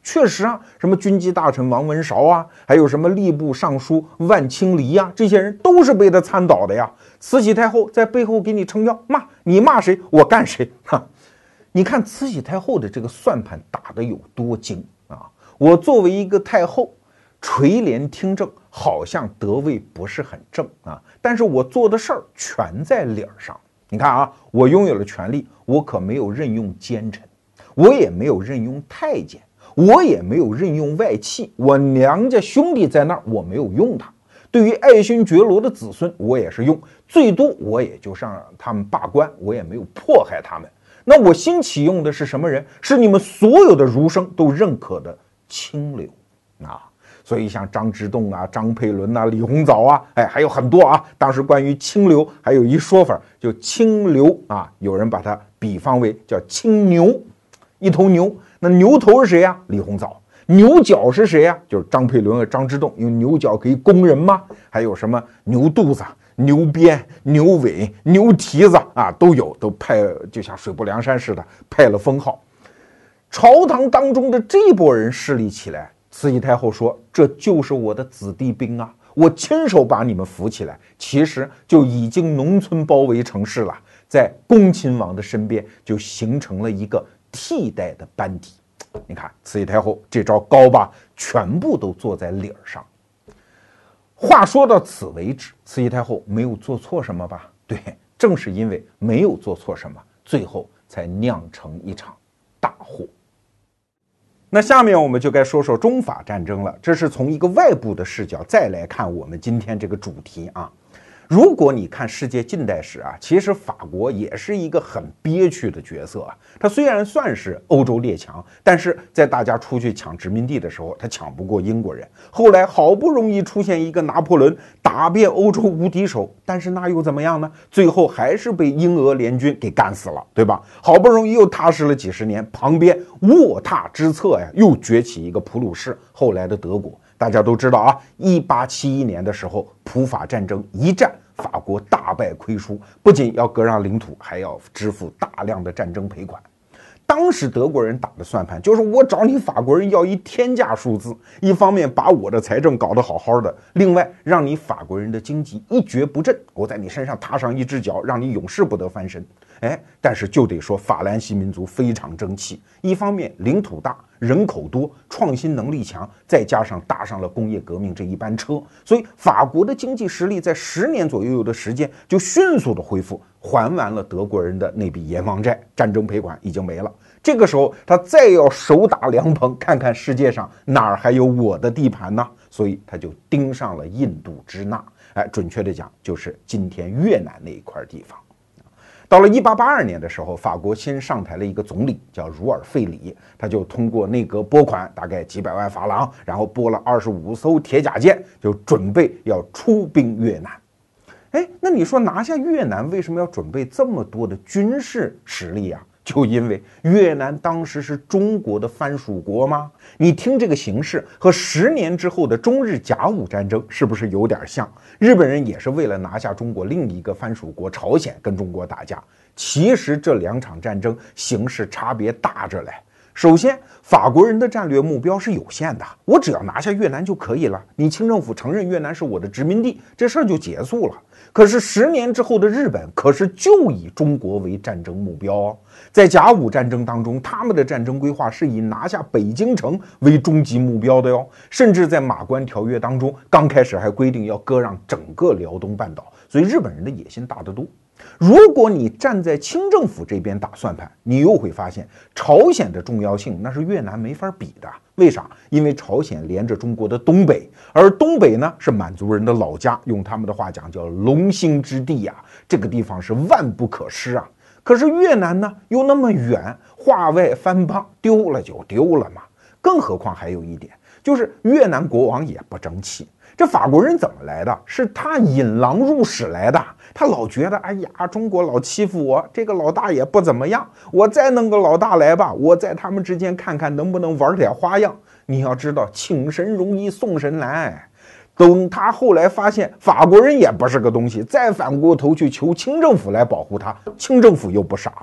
确实啊，什么军机大臣王文韶啊，还有什么吏部尚书万清黎啊，这些人都是被他参倒的呀。慈禧太后在背后给你撑腰，骂你骂谁，我干谁哈。你看慈禧太后的这个算盘打得有多精啊！我作为一个太后，垂帘听政，好像德位不是很正啊，但是我做的事儿全在理儿上。你看啊，我拥有了权力，我可没有任用奸臣，我也没有任用太监，我也没有任用外戚，我娘家兄弟在那儿，我没有用他。对于爱新觉罗的子孙，我也是用，最多我也就让他们罢官，我也没有迫害他们。那我新启用的是什么人？是你们所有的儒生都认可的清流啊！所以像张之洞啊、张佩纶啊、李鸿藻啊，哎，还有很多啊。当时关于清流还有一说法，就清流啊，有人把它比方为叫青牛，一头牛。那牛头是谁呀、啊？李鸿藻。牛角是谁呀、啊？就是张佩纶和张之洞，因为牛角可以攻人嘛。还有什么牛肚子、牛鞭、牛尾、牛蹄子啊，都有，都派，就像水泊梁山似的，派了封号。朝堂当中的这一波人势力起来，慈禧太后说：“这就是我的子弟兵啊，我亲手把你们扶起来。”其实就已经农村包围城市了，在恭亲王的身边就形成了一个替代的班底。你看慈禧太后这招高吧，全部都做在理儿上。话说到此为止，慈禧太后没有做错什么吧？对，正是因为没有做错什么，最后才酿成一场大祸。那下面我们就该说说中法战争了，这是从一个外部的视角再来看我们今天这个主题啊。如果你看世界近代史啊，其实法国也是一个很憋屈的角色啊。它虽然算是欧洲列强，但是在大家出去抢殖民地的时候，它抢不过英国人。后来好不容易出现一个拿破仑，打遍欧洲无敌手，但是那又怎么样呢？最后还是被英俄联军给干死了，对吧？好不容易又踏实了几十年，旁边卧榻之侧呀，又崛起一个普鲁士，后来的德国。大家都知道啊，一八七一年的时候，普法战争一战，法国大败亏输，不仅要割让领土，还要支付大量的战争赔款。当时德国人打的算盘就是我找你法国人要一天价数字，一方面把我的财政搞得好好的，另外让你法国人的经济一蹶不振，我在你身上踏上一只脚，让你永世不得翻身。哎，但是就得说法兰西民族非常争气，一方面领土大，人口多，创新能力强，再加上搭上了工业革命这一班车，所以法国的经济实力在十年左右的时间就迅速的恢复，还完了德国人的那笔阎王债，战争赔款已经没了。这个时候他再要手打凉棚，看看世界上哪儿还有我的地盘呢？所以他就盯上了印度支那，哎，准确的讲就是今天越南那一块地方。到了一八八二年的时候，法国新上台了一个总理叫茹尔费里，他就通过内阁拨款大概几百万法郎，然后拨了二十五艘铁甲舰，就准备要出兵越南。哎，那你说拿下越南为什么要准备这么多的军事实力啊？就因为越南当时是中国的藩属国吗？你听这个形势和十年之后的中日甲午战争是不是有点像？日本人也是为了拿下中国另一个藩属国朝鲜跟中国打架。其实这两场战争形势差别大着来。首先，法国人的战略目标是有限的，我只要拿下越南就可以了，你清政府承认越南是我的殖民地，这事儿就结束了。可是十年之后的日本可是就以中国为战争目标哦，在甲午战争当中，他们的战争规划是以拿下北京城为终极目标的哟，甚至在马关条约当中，刚开始还规定要割让整个辽东半岛，所以日本人的野心大得多。如果你站在清政府这边打算盘，你又会发现朝鲜的重要性那是越南没法比的。为啥？因为朝鲜连着中国的东北，而东北呢是满族人的老家，用他们的话讲叫龙兴之地呀、啊，这个地方是万不可失啊。可是越南呢又那么远，话外番邦，丢了就丢了嘛。更何况还有一点，就是越南国王也不争气。这法国人怎么来的？是他引狼入室来的。他老觉得，哎呀，中国老欺负我，这个老大也不怎么样，我再弄个老大来吧，我在他们之间看看能不能玩点花样。你要知道，请神容易送神难。等他后来发现法国人也不是个东西，再反过头去求清政府来保护他，清政府又不傻了。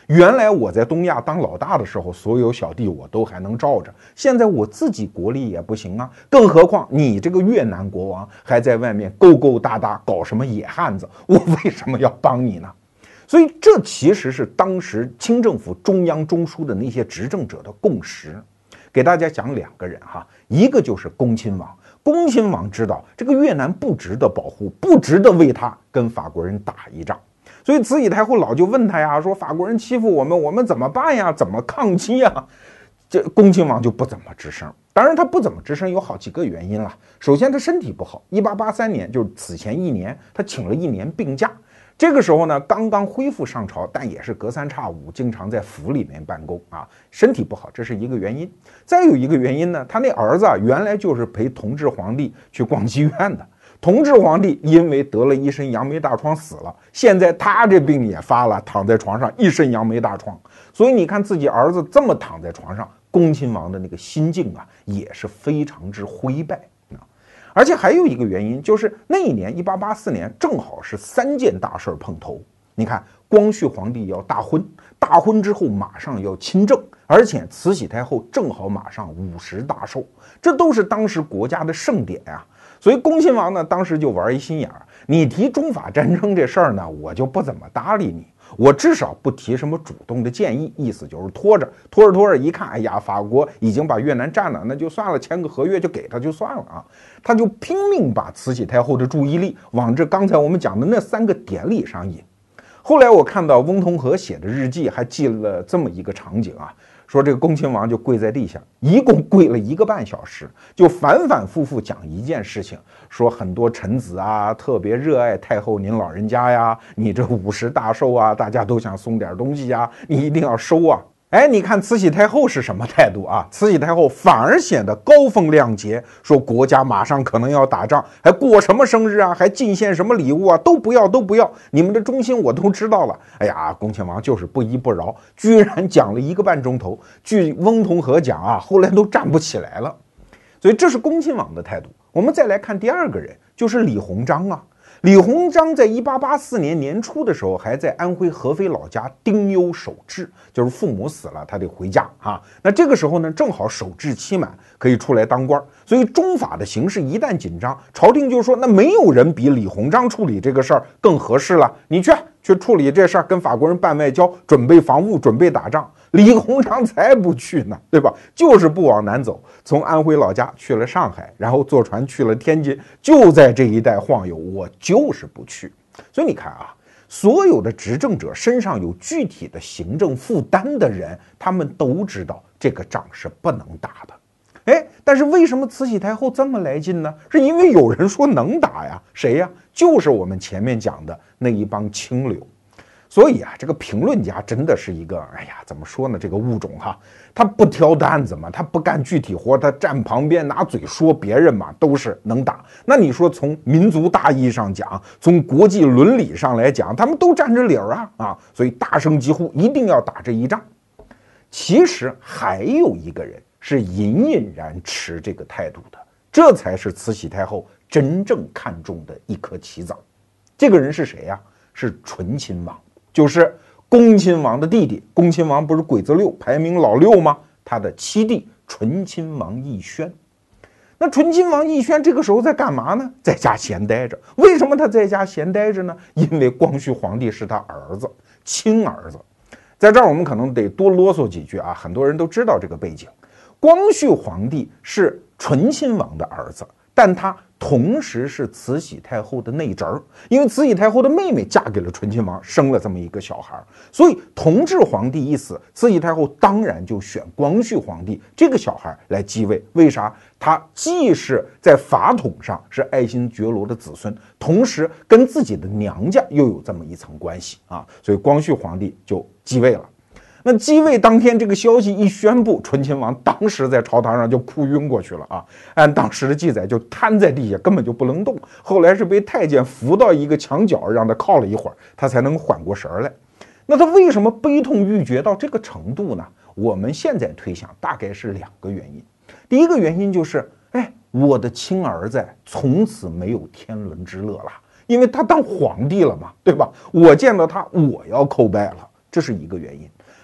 原来我在东亚当老大的时候，所有小弟我都还能罩着，现在我自己国力也不行啊，更何况你这个越南国王还在外面勾勾搭搭搞什么野汉子，我为什么要帮你呢？所以这其实是当时清政府中央中枢的那些执政者的共识。给大家讲两个人哈，一个就是恭亲王。恭亲王知道这个越南不值得保护，不值得为他跟法国人打一仗，所以慈禧太后老就问他呀，说法国人欺负我们，我们怎么办呀？怎么抗击呀？这恭亲王就不怎么吱声。当然他不怎么吱声有好几个原因了。首先他身体不好，一八八三年就是此前一年，他请了一年病假。这个时候呢，刚刚恢复上朝，但也是隔三差五，经常在府里面办公啊，身体不好，这是一个原因。再有一个原因呢，他那儿子啊，原来就是陪同治皇帝去逛妓院的。同治皇帝因为得了一身杨梅大疮死了，现在他这病也发了，躺在床上一身杨梅大疮。所以你看自己儿子这么躺在床上，恭亲王的那个心境啊，也是非常之灰败。而且还有一个原因，就是那一年一八八四年正好是三件大事碰头。你看，光绪皇帝要大婚，大婚之后马上要亲政，而且慈禧太后正好马上五十大寿，这都是当时国家的盛典啊。所以恭亲王呢，当时就玩一心眼儿，你提中法战争这事儿呢，我就不怎么搭理你。我至少不提什么主动的建议，意思就是拖着拖着拖着，一看，哎呀，法国已经把越南占了，那就算了，签个合约就给他就算了啊。他就拼命把慈禧太后的注意力往这刚才我们讲的那三个典礼上引。后来我看到翁同龢写的日记，还记了这么一个场景啊，说这个恭亲王就跪在地下，一共跪了一个半小时，就反反复复讲一件事情，说很多臣子啊特别热爱太后您老人家呀，你这五十大寿啊，大家都想送点东西呀，你一定要收啊。哎，你看慈禧太后是什么态度啊？慈禧太后反而显得高风亮节，说国家马上可能要打仗，还过什么生日啊，还进献什么礼物啊，都不要都不要，你们的忠心我都知道了。哎呀，恭亲王就是不依不饶，居然讲了一个半钟头，据翁同龢讲啊，后来都站不起来了。所以这是恭亲王的态度。我们再来看第二个人，就是李鸿章啊。李鸿章在一八八四年年初的时候，还在安徽合肥老家丁忧守制，就是父母死了，他得回家啊。那这个时候呢，正好守制期满，可以出来当官。所以中法的形势一旦紧张，朝廷就说，那没有人比李鸿章处理这个事儿更合适了，你去去处理这事儿，跟法国人办外交，准备防务，准备打仗。李鸿章才不去呢，对吧？就是不往南走，从安徽老家去了上海，然后坐船去了天津，就在这一带晃悠，我就是不去。所以你看啊，所有的执政者身上有具体的行政负担的人，他们都知道这个仗是不能打的。哎，但是为什么慈禧太后这么来劲呢？是因为有人说能打呀，谁呀？就是我们前面讲的那一帮清流。所以啊，这个评论家真的是一个，哎呀，怎么说呢？这个物种哈，他不挑担子嘛，他不干具体活，他站旁边拿嘴说别人嘛，都是能打。那你说从民族大义上讲，从国际伦理上来讲，他们都占着理儿啊啊！所以大声疾呼，一定要打这一仗。其实还有一个人是隐隐然持这个态度的，这才是慈禧太后真正看重的一颗棋子。这个人是谁呀？是醇亲王。就是恭亲王的弟弟，恭亲王不是鬼子六排名老六吗？他的七弟醇亲王奕轩。那醇亲王奕轩这个时候在干嘛呢？在家闲待着。为什么他在家闲待着呢？因为光绪皇帝是他儿子，亲儿子。在这儿我们可能得多啰嗦几句啊，很多人都知道这个背景。光绪皇帝是醇亲王的儿子，但他同时是慈禧太后的内侄儿，因为慈禧太后的妹妹嫁给了醇亲王，生了这么一个小孩，所以同治皇帝一死，慈禧太后当然就选光绪皇帝这个小孩来继位。为啥？他既是在法统上是爱新觉罗的子孙，同时跟自己的娘家又有这么一层关系啊，所以光绪皇帝就继位了。那继位当天，这个消息一宣布，醇亲王当时在朝堂上就哭晕过去了啊！按当时的记载，就瘫在地下，根本就不能动。后来是被太监扶到一个墙角，让他靠了一会儿，他才能缓过神来。那他为什么悲痛欲绝到这个程度呢？我们现在推想，大概是两个原因。第一个原因就是，哎，我的亲儿子从此没有天伦之乐了，因为他当皇帝了嘛，对吧？我见到他，我要叩拜了，这是一个原因。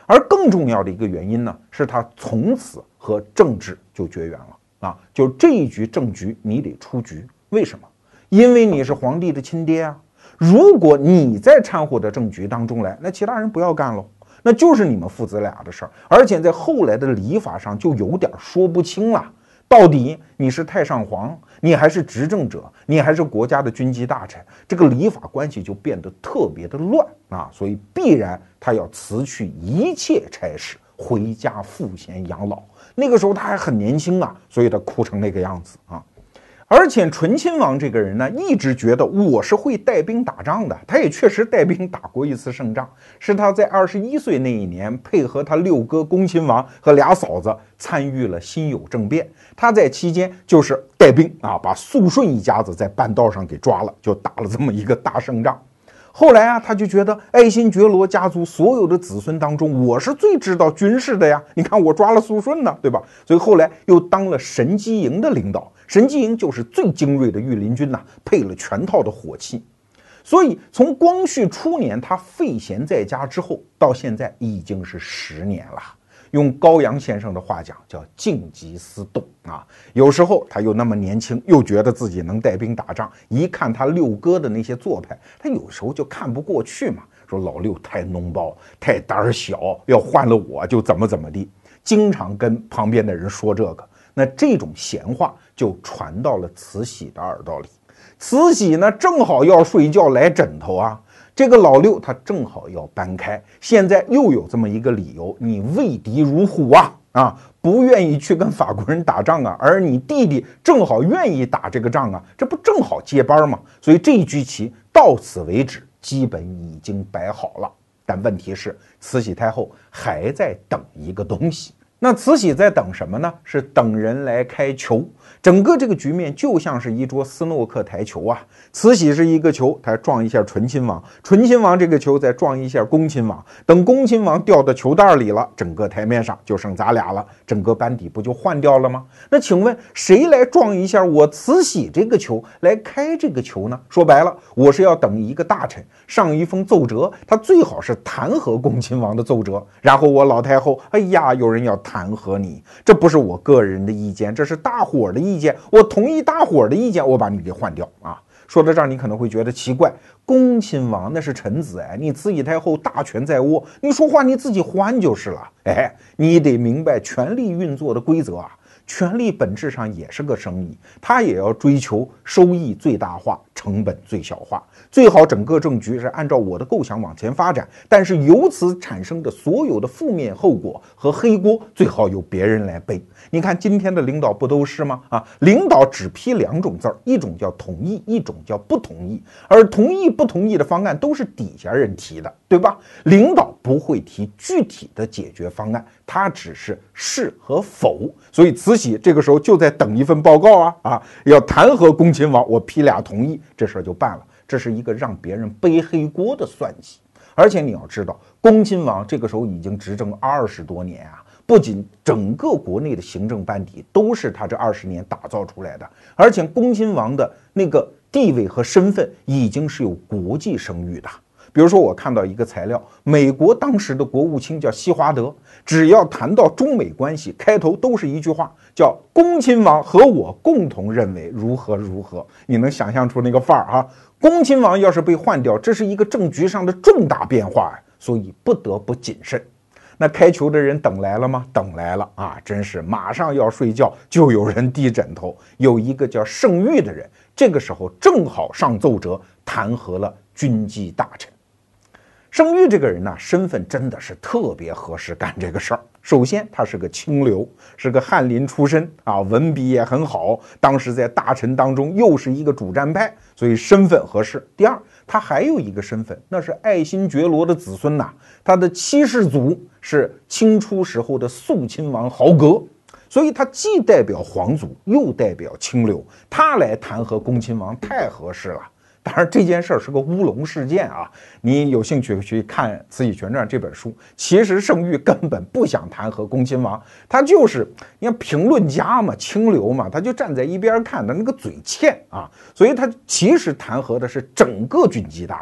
而更重要的一个原因呢，是他从此和政治就绝缘了啊！就这一局政局，你得出局。为什么？因为你是皇帝的亲爹啊！如果你在掺和的政局当中来，那其他人不要干喽，那就是你们父子俩的事儿。而且在后来的礼法上就有点说不清了，到底你是太上皇，你还是执政者，你还是国家的军机大臣，这个礼法关系就变得特别的乱啊！所以必然他要辞去一切差事，回家赋闲养老。那个时候他还很年轻啊，所以他哭成那个样子啊。而且醇亲王这个人呢，一直觉得我是会带兵打仗的，他也确实带兵打过一次胜仗，是他在二十一岁那一年，配合他六哥恭亲王和俩嫂子参与了辛酉政变。他在期间就是带兵啊，把肃顺一家子在半道上给抓了，就打了这么一个大胜仗。后来啊，他就觉得爱新觉罗家族所有的子孙当中，我是最知道军事的呀。你看我抓了肃顺呢，对吧？所以后来又当了神机营的领导。神机营就是最精锐的御林军呐、啊，配了全套的火器。所以从光绪初年他废闲在家之后，到现在已经是十年了。用高阳先生的话讲，叫静极思动啊。有时候他又那么年轻，又觉得自己能带兵打仗，一看他六哥的那些做派，他有时候就看不过去嘛，说老六太脓包，太胆小，要换了我就怎么怎么地，经常跟旁边的人说这个。那这种闲话就传到了慈禧的耳朵里，慈禧呢正好要睡觉来枕头啊。这个老六他正好要搬开，现在又有这么一个理由，你畏敌如虎啊啊，不愿意去跟法国人打仗啊，而你弟弟正好愿意打这个仗啊，这不正好接班吗？所以这一局棋到此为止，基本已经摆好了。但问题是，慈禧太后还在等一个东西。那慈禧在等什么呢？是等人来开球。整个这个局面就像是一桌斯诺克台球啊，慈禧是一个球，他撞一下醇亲王，醇亲王这个球再撞一下恭亲王，等恭亲王掉到球袋里了，整个台面上就剩咱俩了，整个班底不就换掉了吗？那请问谁来撞一下我慈禧这个球，来开这个球呢？说白了，我是要等一个大臣上一封奏折，他最好是弹劾恭亲王的奏折，然后我老太后，哎呀，有人要弹劾你，这不是我个人的意见，这是大伙的意见，我同意大伙的意见，我把你给换掉啊！说到这儿，你可能会觉得奇怪，恭亲王那是臣子哎，你慈禧太后大权在握，你说话你自己换就是了。哎，你得明白权力运作的规则啊。权力本质上也是个生意，它也要追求收益最大化，成本最小化，最好整个政局是按照我的构想往前发展，但是由此产生的所有的负面后果和黑锅，最好由别人来背。你看今天的领导不都是吗？啊，领导只批两种字儿，一种叫同意，一种叫不同意，而同意不同意的方案都是底下人提的，对吧？领导不会提具体的解决方案，他只是是和否。所以慈禧这个时候就在等一份报告啊啊，要弹劾恭亲王，我批俩同意，这事儿就办了。这是一个让别人背黑锅的算计。而且你要知道，恭亲王这个时候已经执政二十多年啊，不仅整个国内的行政班底都是他这二十年打造出来的，而且恭亲王的那个地位和身份已经是有国际声誉的。比如说我看到一个材料，美国当时的国务卿叫西华德，只要谈到中美关系，开头都是一句话，叫恭亲王和我共同认为如何如何。你能想象出那个范儿啊？恭亲王要是被换掉，这是一个政局上的重大变化，所以不得不谨慎。那开球的人等来了吗？等来了啊！真是马上要睡觉，就有人递枕头。有一个叫盛玉的人，这个时候正好上奏折弹劾了军机大臣。盛玉这个人呢、啊，身份真的是特别合适干这个事儿。首先，他是个清流，是个翰林出身啊，文笔也很好。当时在大臣当中又是一个主战派，所以身份合适。第二，他还有一个身份，那是爱新觉罗的子孙呐、啊，他的七世祖是清初时候的肃亲王豪格，所以他既代表皇族，又代表清流，他来弹劾恭亲王太合适了。当然这件事儿是个乌龙事件啊，你有兴趣去看《慈禧全传》这本书。其实盛玉根本不想弹劾恭亲王，他就是你看评论家嘛，清流嘛，他就站在一边看的那个嘴欠啊，所以他其实弹劾的是整个军机大臣，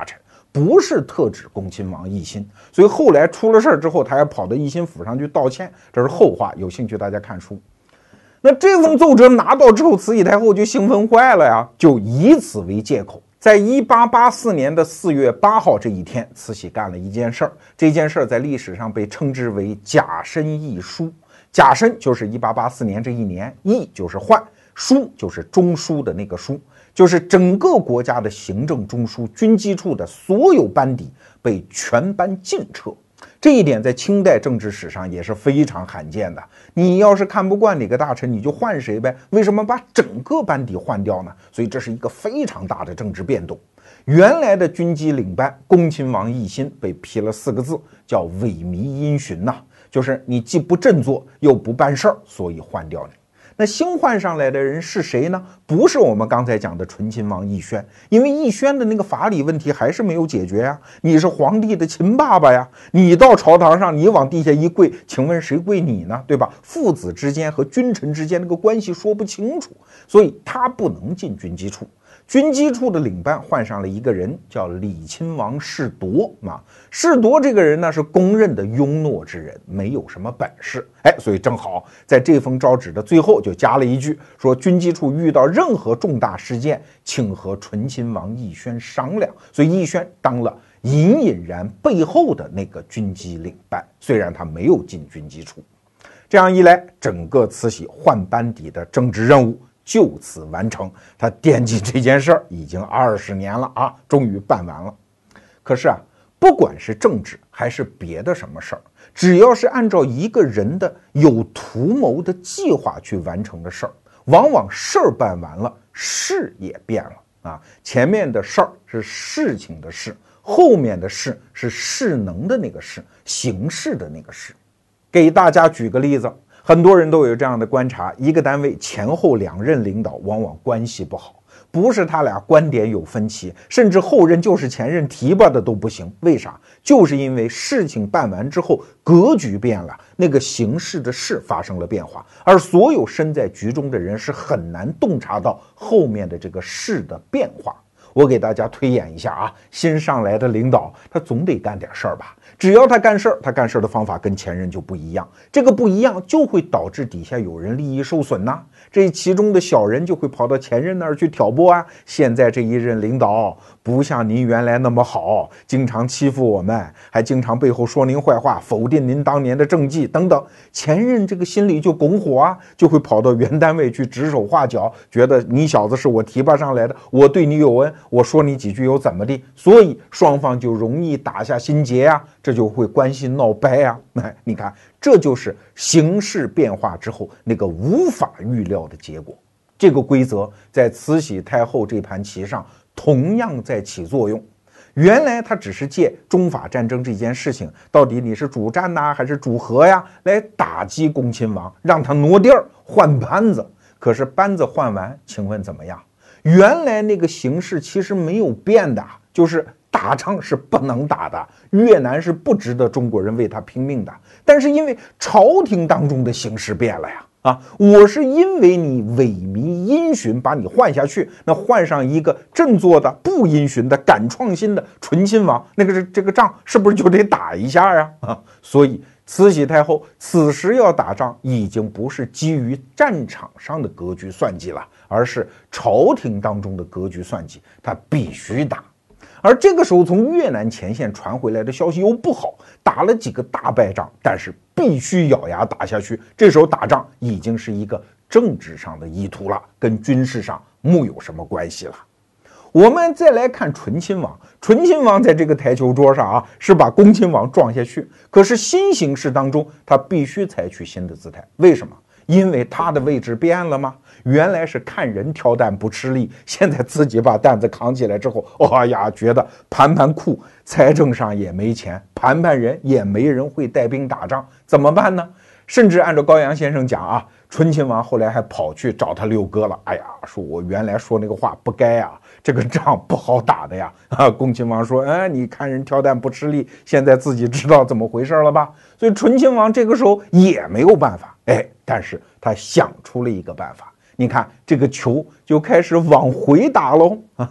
不是特指恭亲王奕欣。所以后来出了事儿之后，他还跑到奕欣府上去道歉，这是后话，有兴趣大家看书。那这封奏折拿到之后，慈禧太后就兴奋坏了呀，就以此为借口，在一八八四年的四月八号这一天，慈禧干了一件事儿。这件事儿在历史上被称之为甲申议书。甲申就是一八八四年这一年，议就是换，书就是中书的那个书，就是整个国家的行政中枢军机处的所有班底被全班尽撤。这一点在清代政治史上也是非常罕见的。你要是看不惯哪个大臣，你就换谁呗，为什么把整个班底换掉呢？所以这是一个非常大的政治变动。原来的军机领班恭亲王奕欣被批了四个字，叫萎靡因循呐，就是你既不振作又不办事儿，所以换掉你。那新换上来的人是谁呢？不是我们刚才讲的醇亲王奕轩，因为奕轩的那个法理问题还是没有解决呀。你是皇帝的亲爸爸呀，你到朝堂上，你往地下一跪，请问谁跪你呢？对吧？父子之间和君臣之间那个关系说不清楚，所以他不能进军机处。军机处的领班换上了一个人，叫李亲王士铎啊。士铎这个人呢是公认的庸懦之人，没有什么本事。哎，所以正好在这封招旨的最后就加了一句，说军机处遇到任何重大事件，请和醇亲王奕轩商量。所以奕轩当了隐隐然背后的那个军机领班，虽然他没有进军机处。这样一来，整个慈禧换班底的政治任务就此完成。他惦记这件事儿已经二十年了啊，终于办完了。可是啊，不管是政治还是别的什么事儿，只要是按照一个人的有图谋的计划去完成的事儿，往往事儿办完了，事也变了啊。前面的事儿是事情的事，后面的事是势能的那个事，形式的那个事。给大家举个例子，很多人都有这样的观察，一个单位前后两任领导往往关系不好，不是他俩观点有分歧，甚至后任就是前任提拔的都不行。为啥？就是因为事情办完之后格局变了，那个形势的事发生了变化，而所有身在局中的人是很难洞察到后面的这个事的变化。我给大家推演一下啊，新上来的领导他总得干点事儿吧，只要他干事儿，他干事儿的方法跟前任就不一样，这个不一样就会导致底下有人利益受损呐、啊，这其中的小人就会跑到前任那儿去挑拨啊。现在这一任领导不像您原来那么好，经常欺负我们，还经常背后说您坏话，否定您当年的政绩等等，前任这个心里就拱火啊，就会跑到原单位去指手画脚，觉得你小子是我提拔上来的，我对你有恩，我说你几句又怎么的，所以双方就容易打下心结啊，这就会关系闹掰啊。哎，你看，这就是形势变化之后那个无法预料的结果。这个规则在慈禧太后这盘棋上同样在起作用。原来他只是借中法战争这件事情，到底你是主战呐、啊、还是主和呀，来打击恭亲王，让他挪地儿换班子。可是班子换完，请问怎么样？原来那个形势其实没有变的，就是打仗是不能打的，越南是不值得中国人为他拼命的。但是因为朝廷当中的形势变了呀，啊，我是因为你萎靡因循把你换下去，那换上一个振作的、不因循的、敢创新的醇亲王，那个这个仗是不是就得打一下呀？啊，所以慈禧太后此时要打仗，已经不是基于战场上的格局算计了，而是朝廷当中的格局算计，他必须打。而这个时候从越南前线传回来的消息又不好，打了几个大败仗，但是必须咬牙打下去。这时候打仗已经是一个政治上的意图了，跟军事上木有什么关系了。我们再来看醇亲王，醇亲王在这个台球桌上啊，是把恭亲王撞下去，可是新形势当中他必须采取新的姿态。为什么？因为他的位置变了吗？原来是看人挑担不吃力，现在自己把担子扛起来之后，哎呀，觉得盘盘库，财政上也没钱，盘盘人也没人会带兵打仗，怎么办呢？甚至按照高阳先生讲啊，醇亲王后来还跑去找他六哥了。哎呀，说我原来说那个话不该啊，这个仗不好打的呀。啊，恭亲王说，哎，你看人挑担不吃力，现在自己知道怎么回事了吧？所以醇亲王这个时候也没有办法，哎，但是他想出了一个办法。你看这个球就开始往回打喽，哈哈！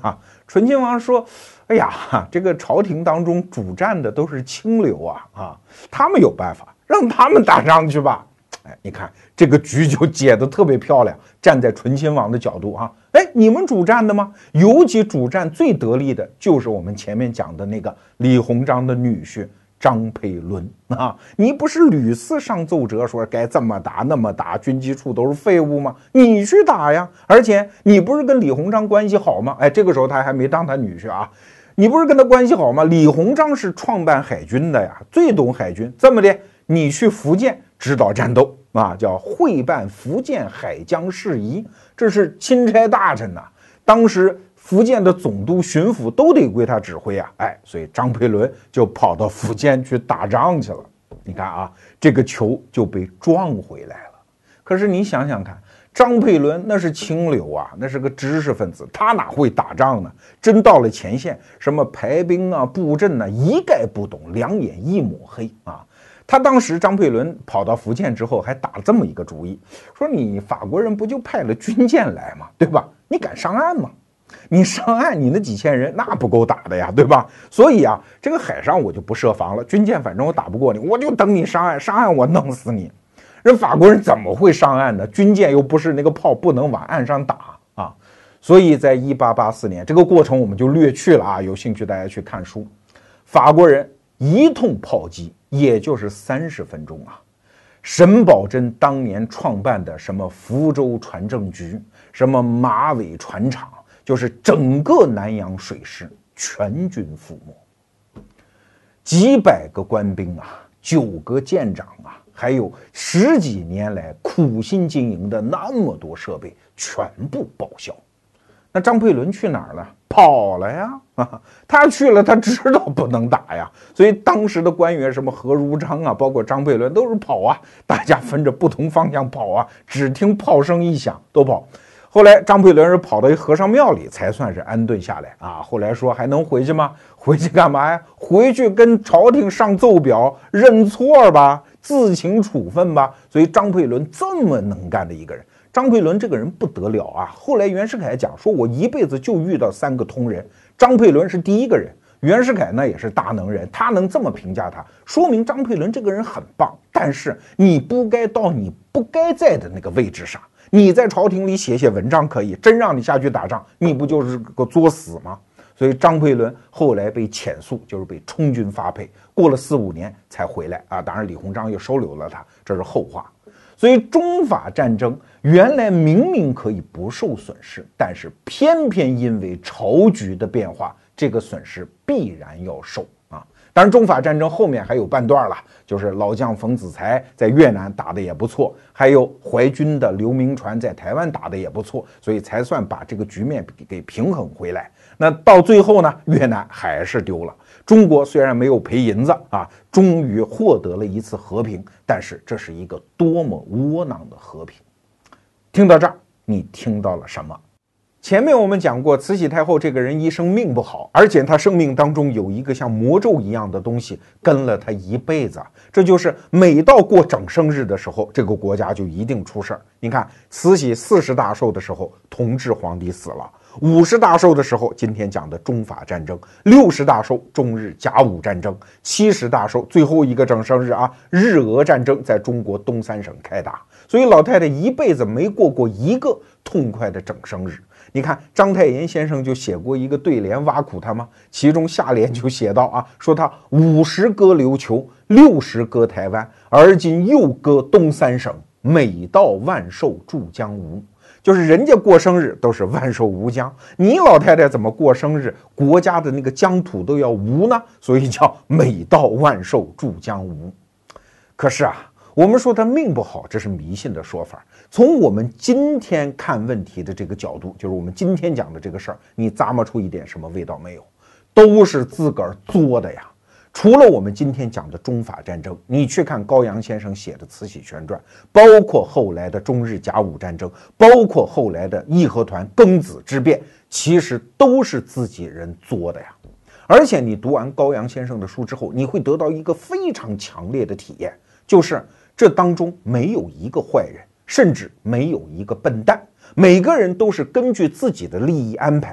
醇亲王说：“哎呀，这个朝廷当中主战的都是清流啊啊，他们有办法，让他们打仗去吧。”哎，你看这个局就解得特别漂亮。站在醇亲王的角度啊，哎，你们主战的吗？尤其主战最得力的就是我们前面讲的那个李鸿章的女婿张佩纶啊。你不是屡次上奏折说该这么打那么打，军机处都是废物吗？你去打呀！而且你不是跟李鸿章关系好吗？哎，这个时候他还没当他女婿啊。你不是跟他关系好吗？李鸿章是创办海军的呀，最懂海军。这么的，你去福建指导战斗啊，叫会办福建海疆事宜，这是钦差大臣呐、啊。当时福建的总督、巡抚都得归他指挥啊，哎，所以张佩纶就跑到福建去打仗去了。你看啊，这个球就被撞回来了。可是你想想看，张佩纶那是清流啊，那是个知识分子，他哪会打仗呢？真到了前线，什么排兵啊、布阵啊，一概不懂，两眼一抹黑啊。他当时张佩纶跑到福建之后，还打了这么一个主意，说你法国人不就派了军舰来吗？对吧？你敢上岸吗？你上岸，你那几千人那不够打的呀，对吧？所以啊，这个海上我就不设防了，军舰反正我打不过你，我就等你上岸，上岸我弄死你。人法国人怎么会上岸呢？军舰又不是那个炮，不能往岸上打啊。所以在一八八四年，这个过程我们就略去了啊，有兴趣大家去看书。法国人一通炮击，也就是三十分钟啊。沈葆桢当年创办的什么福州船政局，什么马尾船厂，就是整个南洋水师全军覆没，几百个官兵啊，九个舰长啊，还有十几年来苦心经营的那么多设备全部报销。那张佩纶去哪儿了？跑了呀！啊，他去了，他知道不能打呀，所以当时的官员什么何如章啊，包括张佩纶都是跑啊，大家分着不同方向跑啊，只听炮声一响都跑。后来张佩纶是跑到一和尚庙里才算是安顿下来啊。后来说还能回去吗？回去干嘛呀？回去跟朝廷上奏表认错吧，自请处分吧。所以张佩纶这么能干的一个人。张佩纶这个人不得了啊！后来袁世凯讲说，我一辈子就遇到三个通人，张佩纶是第一个人。袁世凯呢也是大能人，他能这么评价他，说明张佩纶这个人很棒。但是你不该到你不该在的那个位置上，你在朝廷里写写文章可以，真让你下去打仗，你不就是个作死吗？所以张佩纶后来被遣诉，就是被充军发配，过了四五年才回来啊。当然李鸿章又收留了他，这是后话。所以中法战争原来明明可以不受损失，但是偏偏因为朝局的变化，这个损失必然要受啊。当然中法战争后面还有半段了，就是老将冯子材在越南打得也不错，还有淮军的刘铭传在台湾打得也不错，所以才算把这个局面给平衡回来。那到最后呢，越南还是丢了。中国虽然没有赔银子啊，终于获得了一次和平，但是这是一个多么窝囊的和平。听到这儿，你听到了什么？前面我们讲过，慈禧太后这个人一生命不好，而且她生命当中有一个像魔咒一样的东西跟了她一辈子，这就是每到过整生日的时候，这个国家就一定出事儿。你看，慈禧四十大寿的时候，同治皇帝死了。五十大寿的时候，今天讲的中法战争；六十大寿，中日甲午战争；七十大寿，最后一个整生日啊，日俄战争在中国东三省开打。所以老太太一辈子没过过一个痛快的整生日。你看章太炎先生就写过一个对联挖苦他吗？其中下联就写到啊，说他五十割琉球，六十割台湾，而今又割东三省，每到万寿祝江吴。就是人家过生日都是万寿无疆，你老太太怎么过生日，国家的那个疆土都要无呢？所以叫每到万寿祝江吴。可是啊，我们说他命不好，这是迷信的说法。从我们今天看问题的这个角度，就是我们今天讲的这个事儿，你咂摸出一点什么味道没有？都是自个儿作的呀。除了我们今天讲的中法战争，你去看高阳先生写的《慈禧全传》，包括后来的中日甲午战争，包括后来的义和团庚子之变，其实都是自己人作的呀。而且你读完高阳先生的书之后，你会得到一个非常强烈的体验，就是这当中没有一个坏人，甚至没有一个笨蛋，每个人都是根据自己的利益安排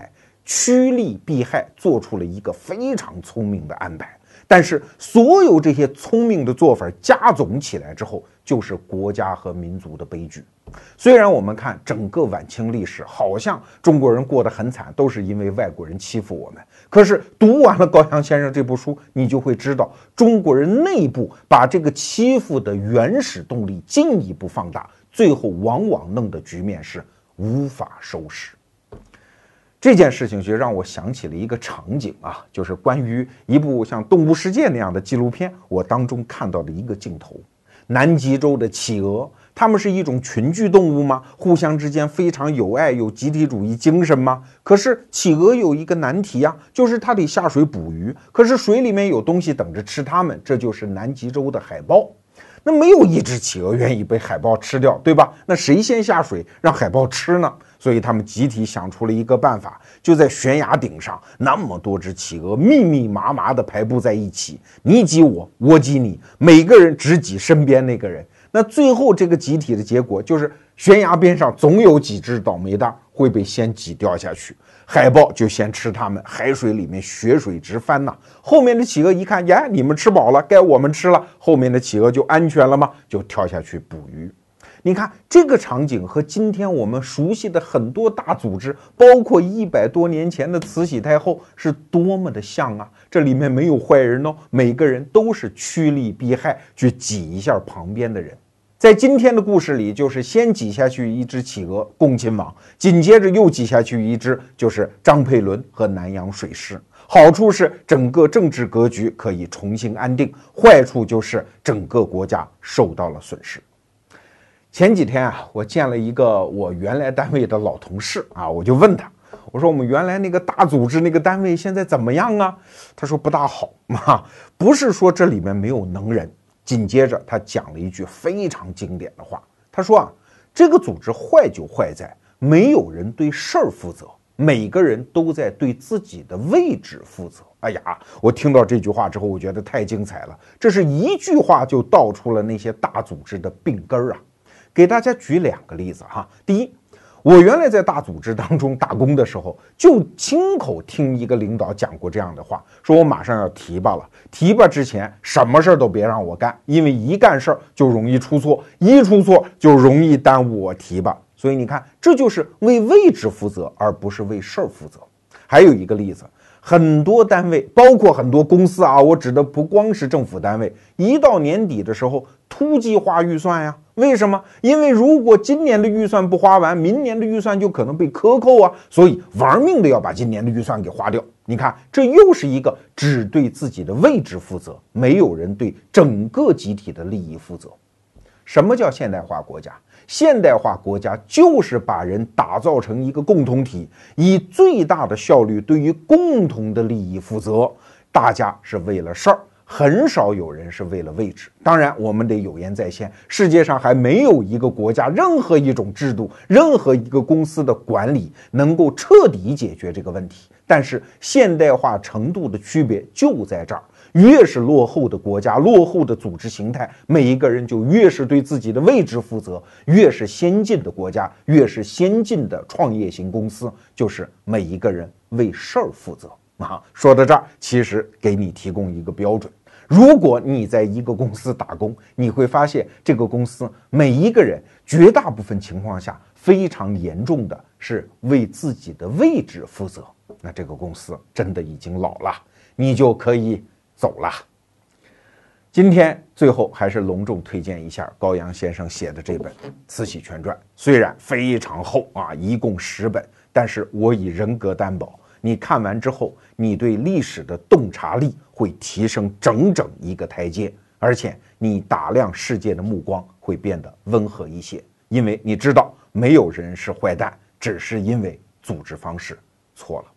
趋利避害，做出了一个非常聪明的安排。但是所有这些聪明的做法加总起来之后，就是国家和民族的悲剧。虽然我们看整个晚清历史，好像中国人过得很惨，都是因为外国人欺负我们。可是读完了高阳先生这部书，你就会知道，中国人内部把这个欺负的原始动力进一步放大，最后往往弄的局面是无法收拾。这件事情就让我想起了一个场景啊，就是关于一部像《动物世界》那样的纪录片，我当中看到的一个镜头。南极洲的企鹅，它们是一种群居动物吗？互相之间非常友爱，有集体主义精神吗？可是企鹅有一个难题啊，就是它得下水捕鱼，可是水里面有东西等着吃它们，这就是南极洲的海豹。那没有一只企鹅愿意被海豹吃掉，对吧？那谁先下水让海豹吃呢？所以他们集体想出了一个办法，就在悬崖顶上，那么多只企鹅密密麻麻地排布在一起，你挤我，我挤你，每个人只挤身边那个人。那最后这个集体的结果就是，悬崖边上总有几只倒霉蛋会被先挤掉下去，海豹就先吃它们，海水里面血水直翻呐。后面的企鹅一看，呀，你们吃饱了，该我们吃了，后面的企鹅就安全了吗？就跳下去捕鱼。你看这个场景和今天我们熟悉的很多大组织，包括一百多年前的慈禧太后，是多么的像啊！这里面没有坏人哦，每个人都是趋利避害，去挤一下旁边的人。在今天的故事里，就是先挤下去一只企鹅恭亲王，紧接着又挤下去一只，就是张佩纶和南洋水师。好处是整个政治格局可以重新安定，坏处就是整个国家受到了损失。前几天啊，我见了一个我原来单位的老同事啊，我就问他，我说我们原来那个大组织那个单位现在怎么样啊？他说不大好啊，不是说这里面没有能人。紧接着他讲了一句非常经典的话，他说啊，这个组织坏就坏在没有人对事儿负责，每个人都在对自己的位置负责。哎呀，我听到这句话之后，我觉得太精彩了，这是一句话就道出了那些大组织的病根儿啊。给大家举两个例子哈。第一，我原来在大组织当中打工的时候，就亲口听一个领导讲过这样的话，说我马上要提拔了，提拔之前什么事儿都别让我干，因为一干事儿就容易出错，一出错就容易耽误我提拔。所以你看，这就是为位置负责，而不是为事儿负责。还有一个例子，很多单位，包括很多公司啊，我指的不光是政府单位，一到年底的时候突击花预算呀。为什么？因为如果今年的预算不花完，明年的预算就可能被克扣啊，所以玩命的要把今年的预算给花掉。你看，这又是一个只对自己的位置负责，没有人对整个集体的利益负责。什么叫现代化国家？现代化国家就是把人打造成一个共同体，以最大的效率对于共同的利益负责。大家是为了事儿，很少有人是为了位置。当然我们得有言在先，世界上还没有一个国家，任何一种制度，任何一个公司的管理能够彻底解决这个问题。但是现代化程度的区别就在这儿，越是落后的国家，落后的组织形态，每一个人就越是对自己的位置负责，越是先进的国家，越是先进的创业型公司，就是每一个人为事儿负责啊。说到这儿，其实给你提供一个标准，如果你在一个公司打工，你会发现这个公司每一个人绝大部分情况下非常严重的是为自己的位置负责，那这个公司真的已经老了，你就可以走了。今天最后还是隆重推荐一下高阳先生写的这本《慈禧全传》，虽然非常厚啊，一共十本，但是我以人格担保，你看完之后，你对历史的洞察力会提升整整一个台阶，而且你打量世界的目光会变得温和一些，因为你知道没有人是坏蛋，只是因为组织方式错了。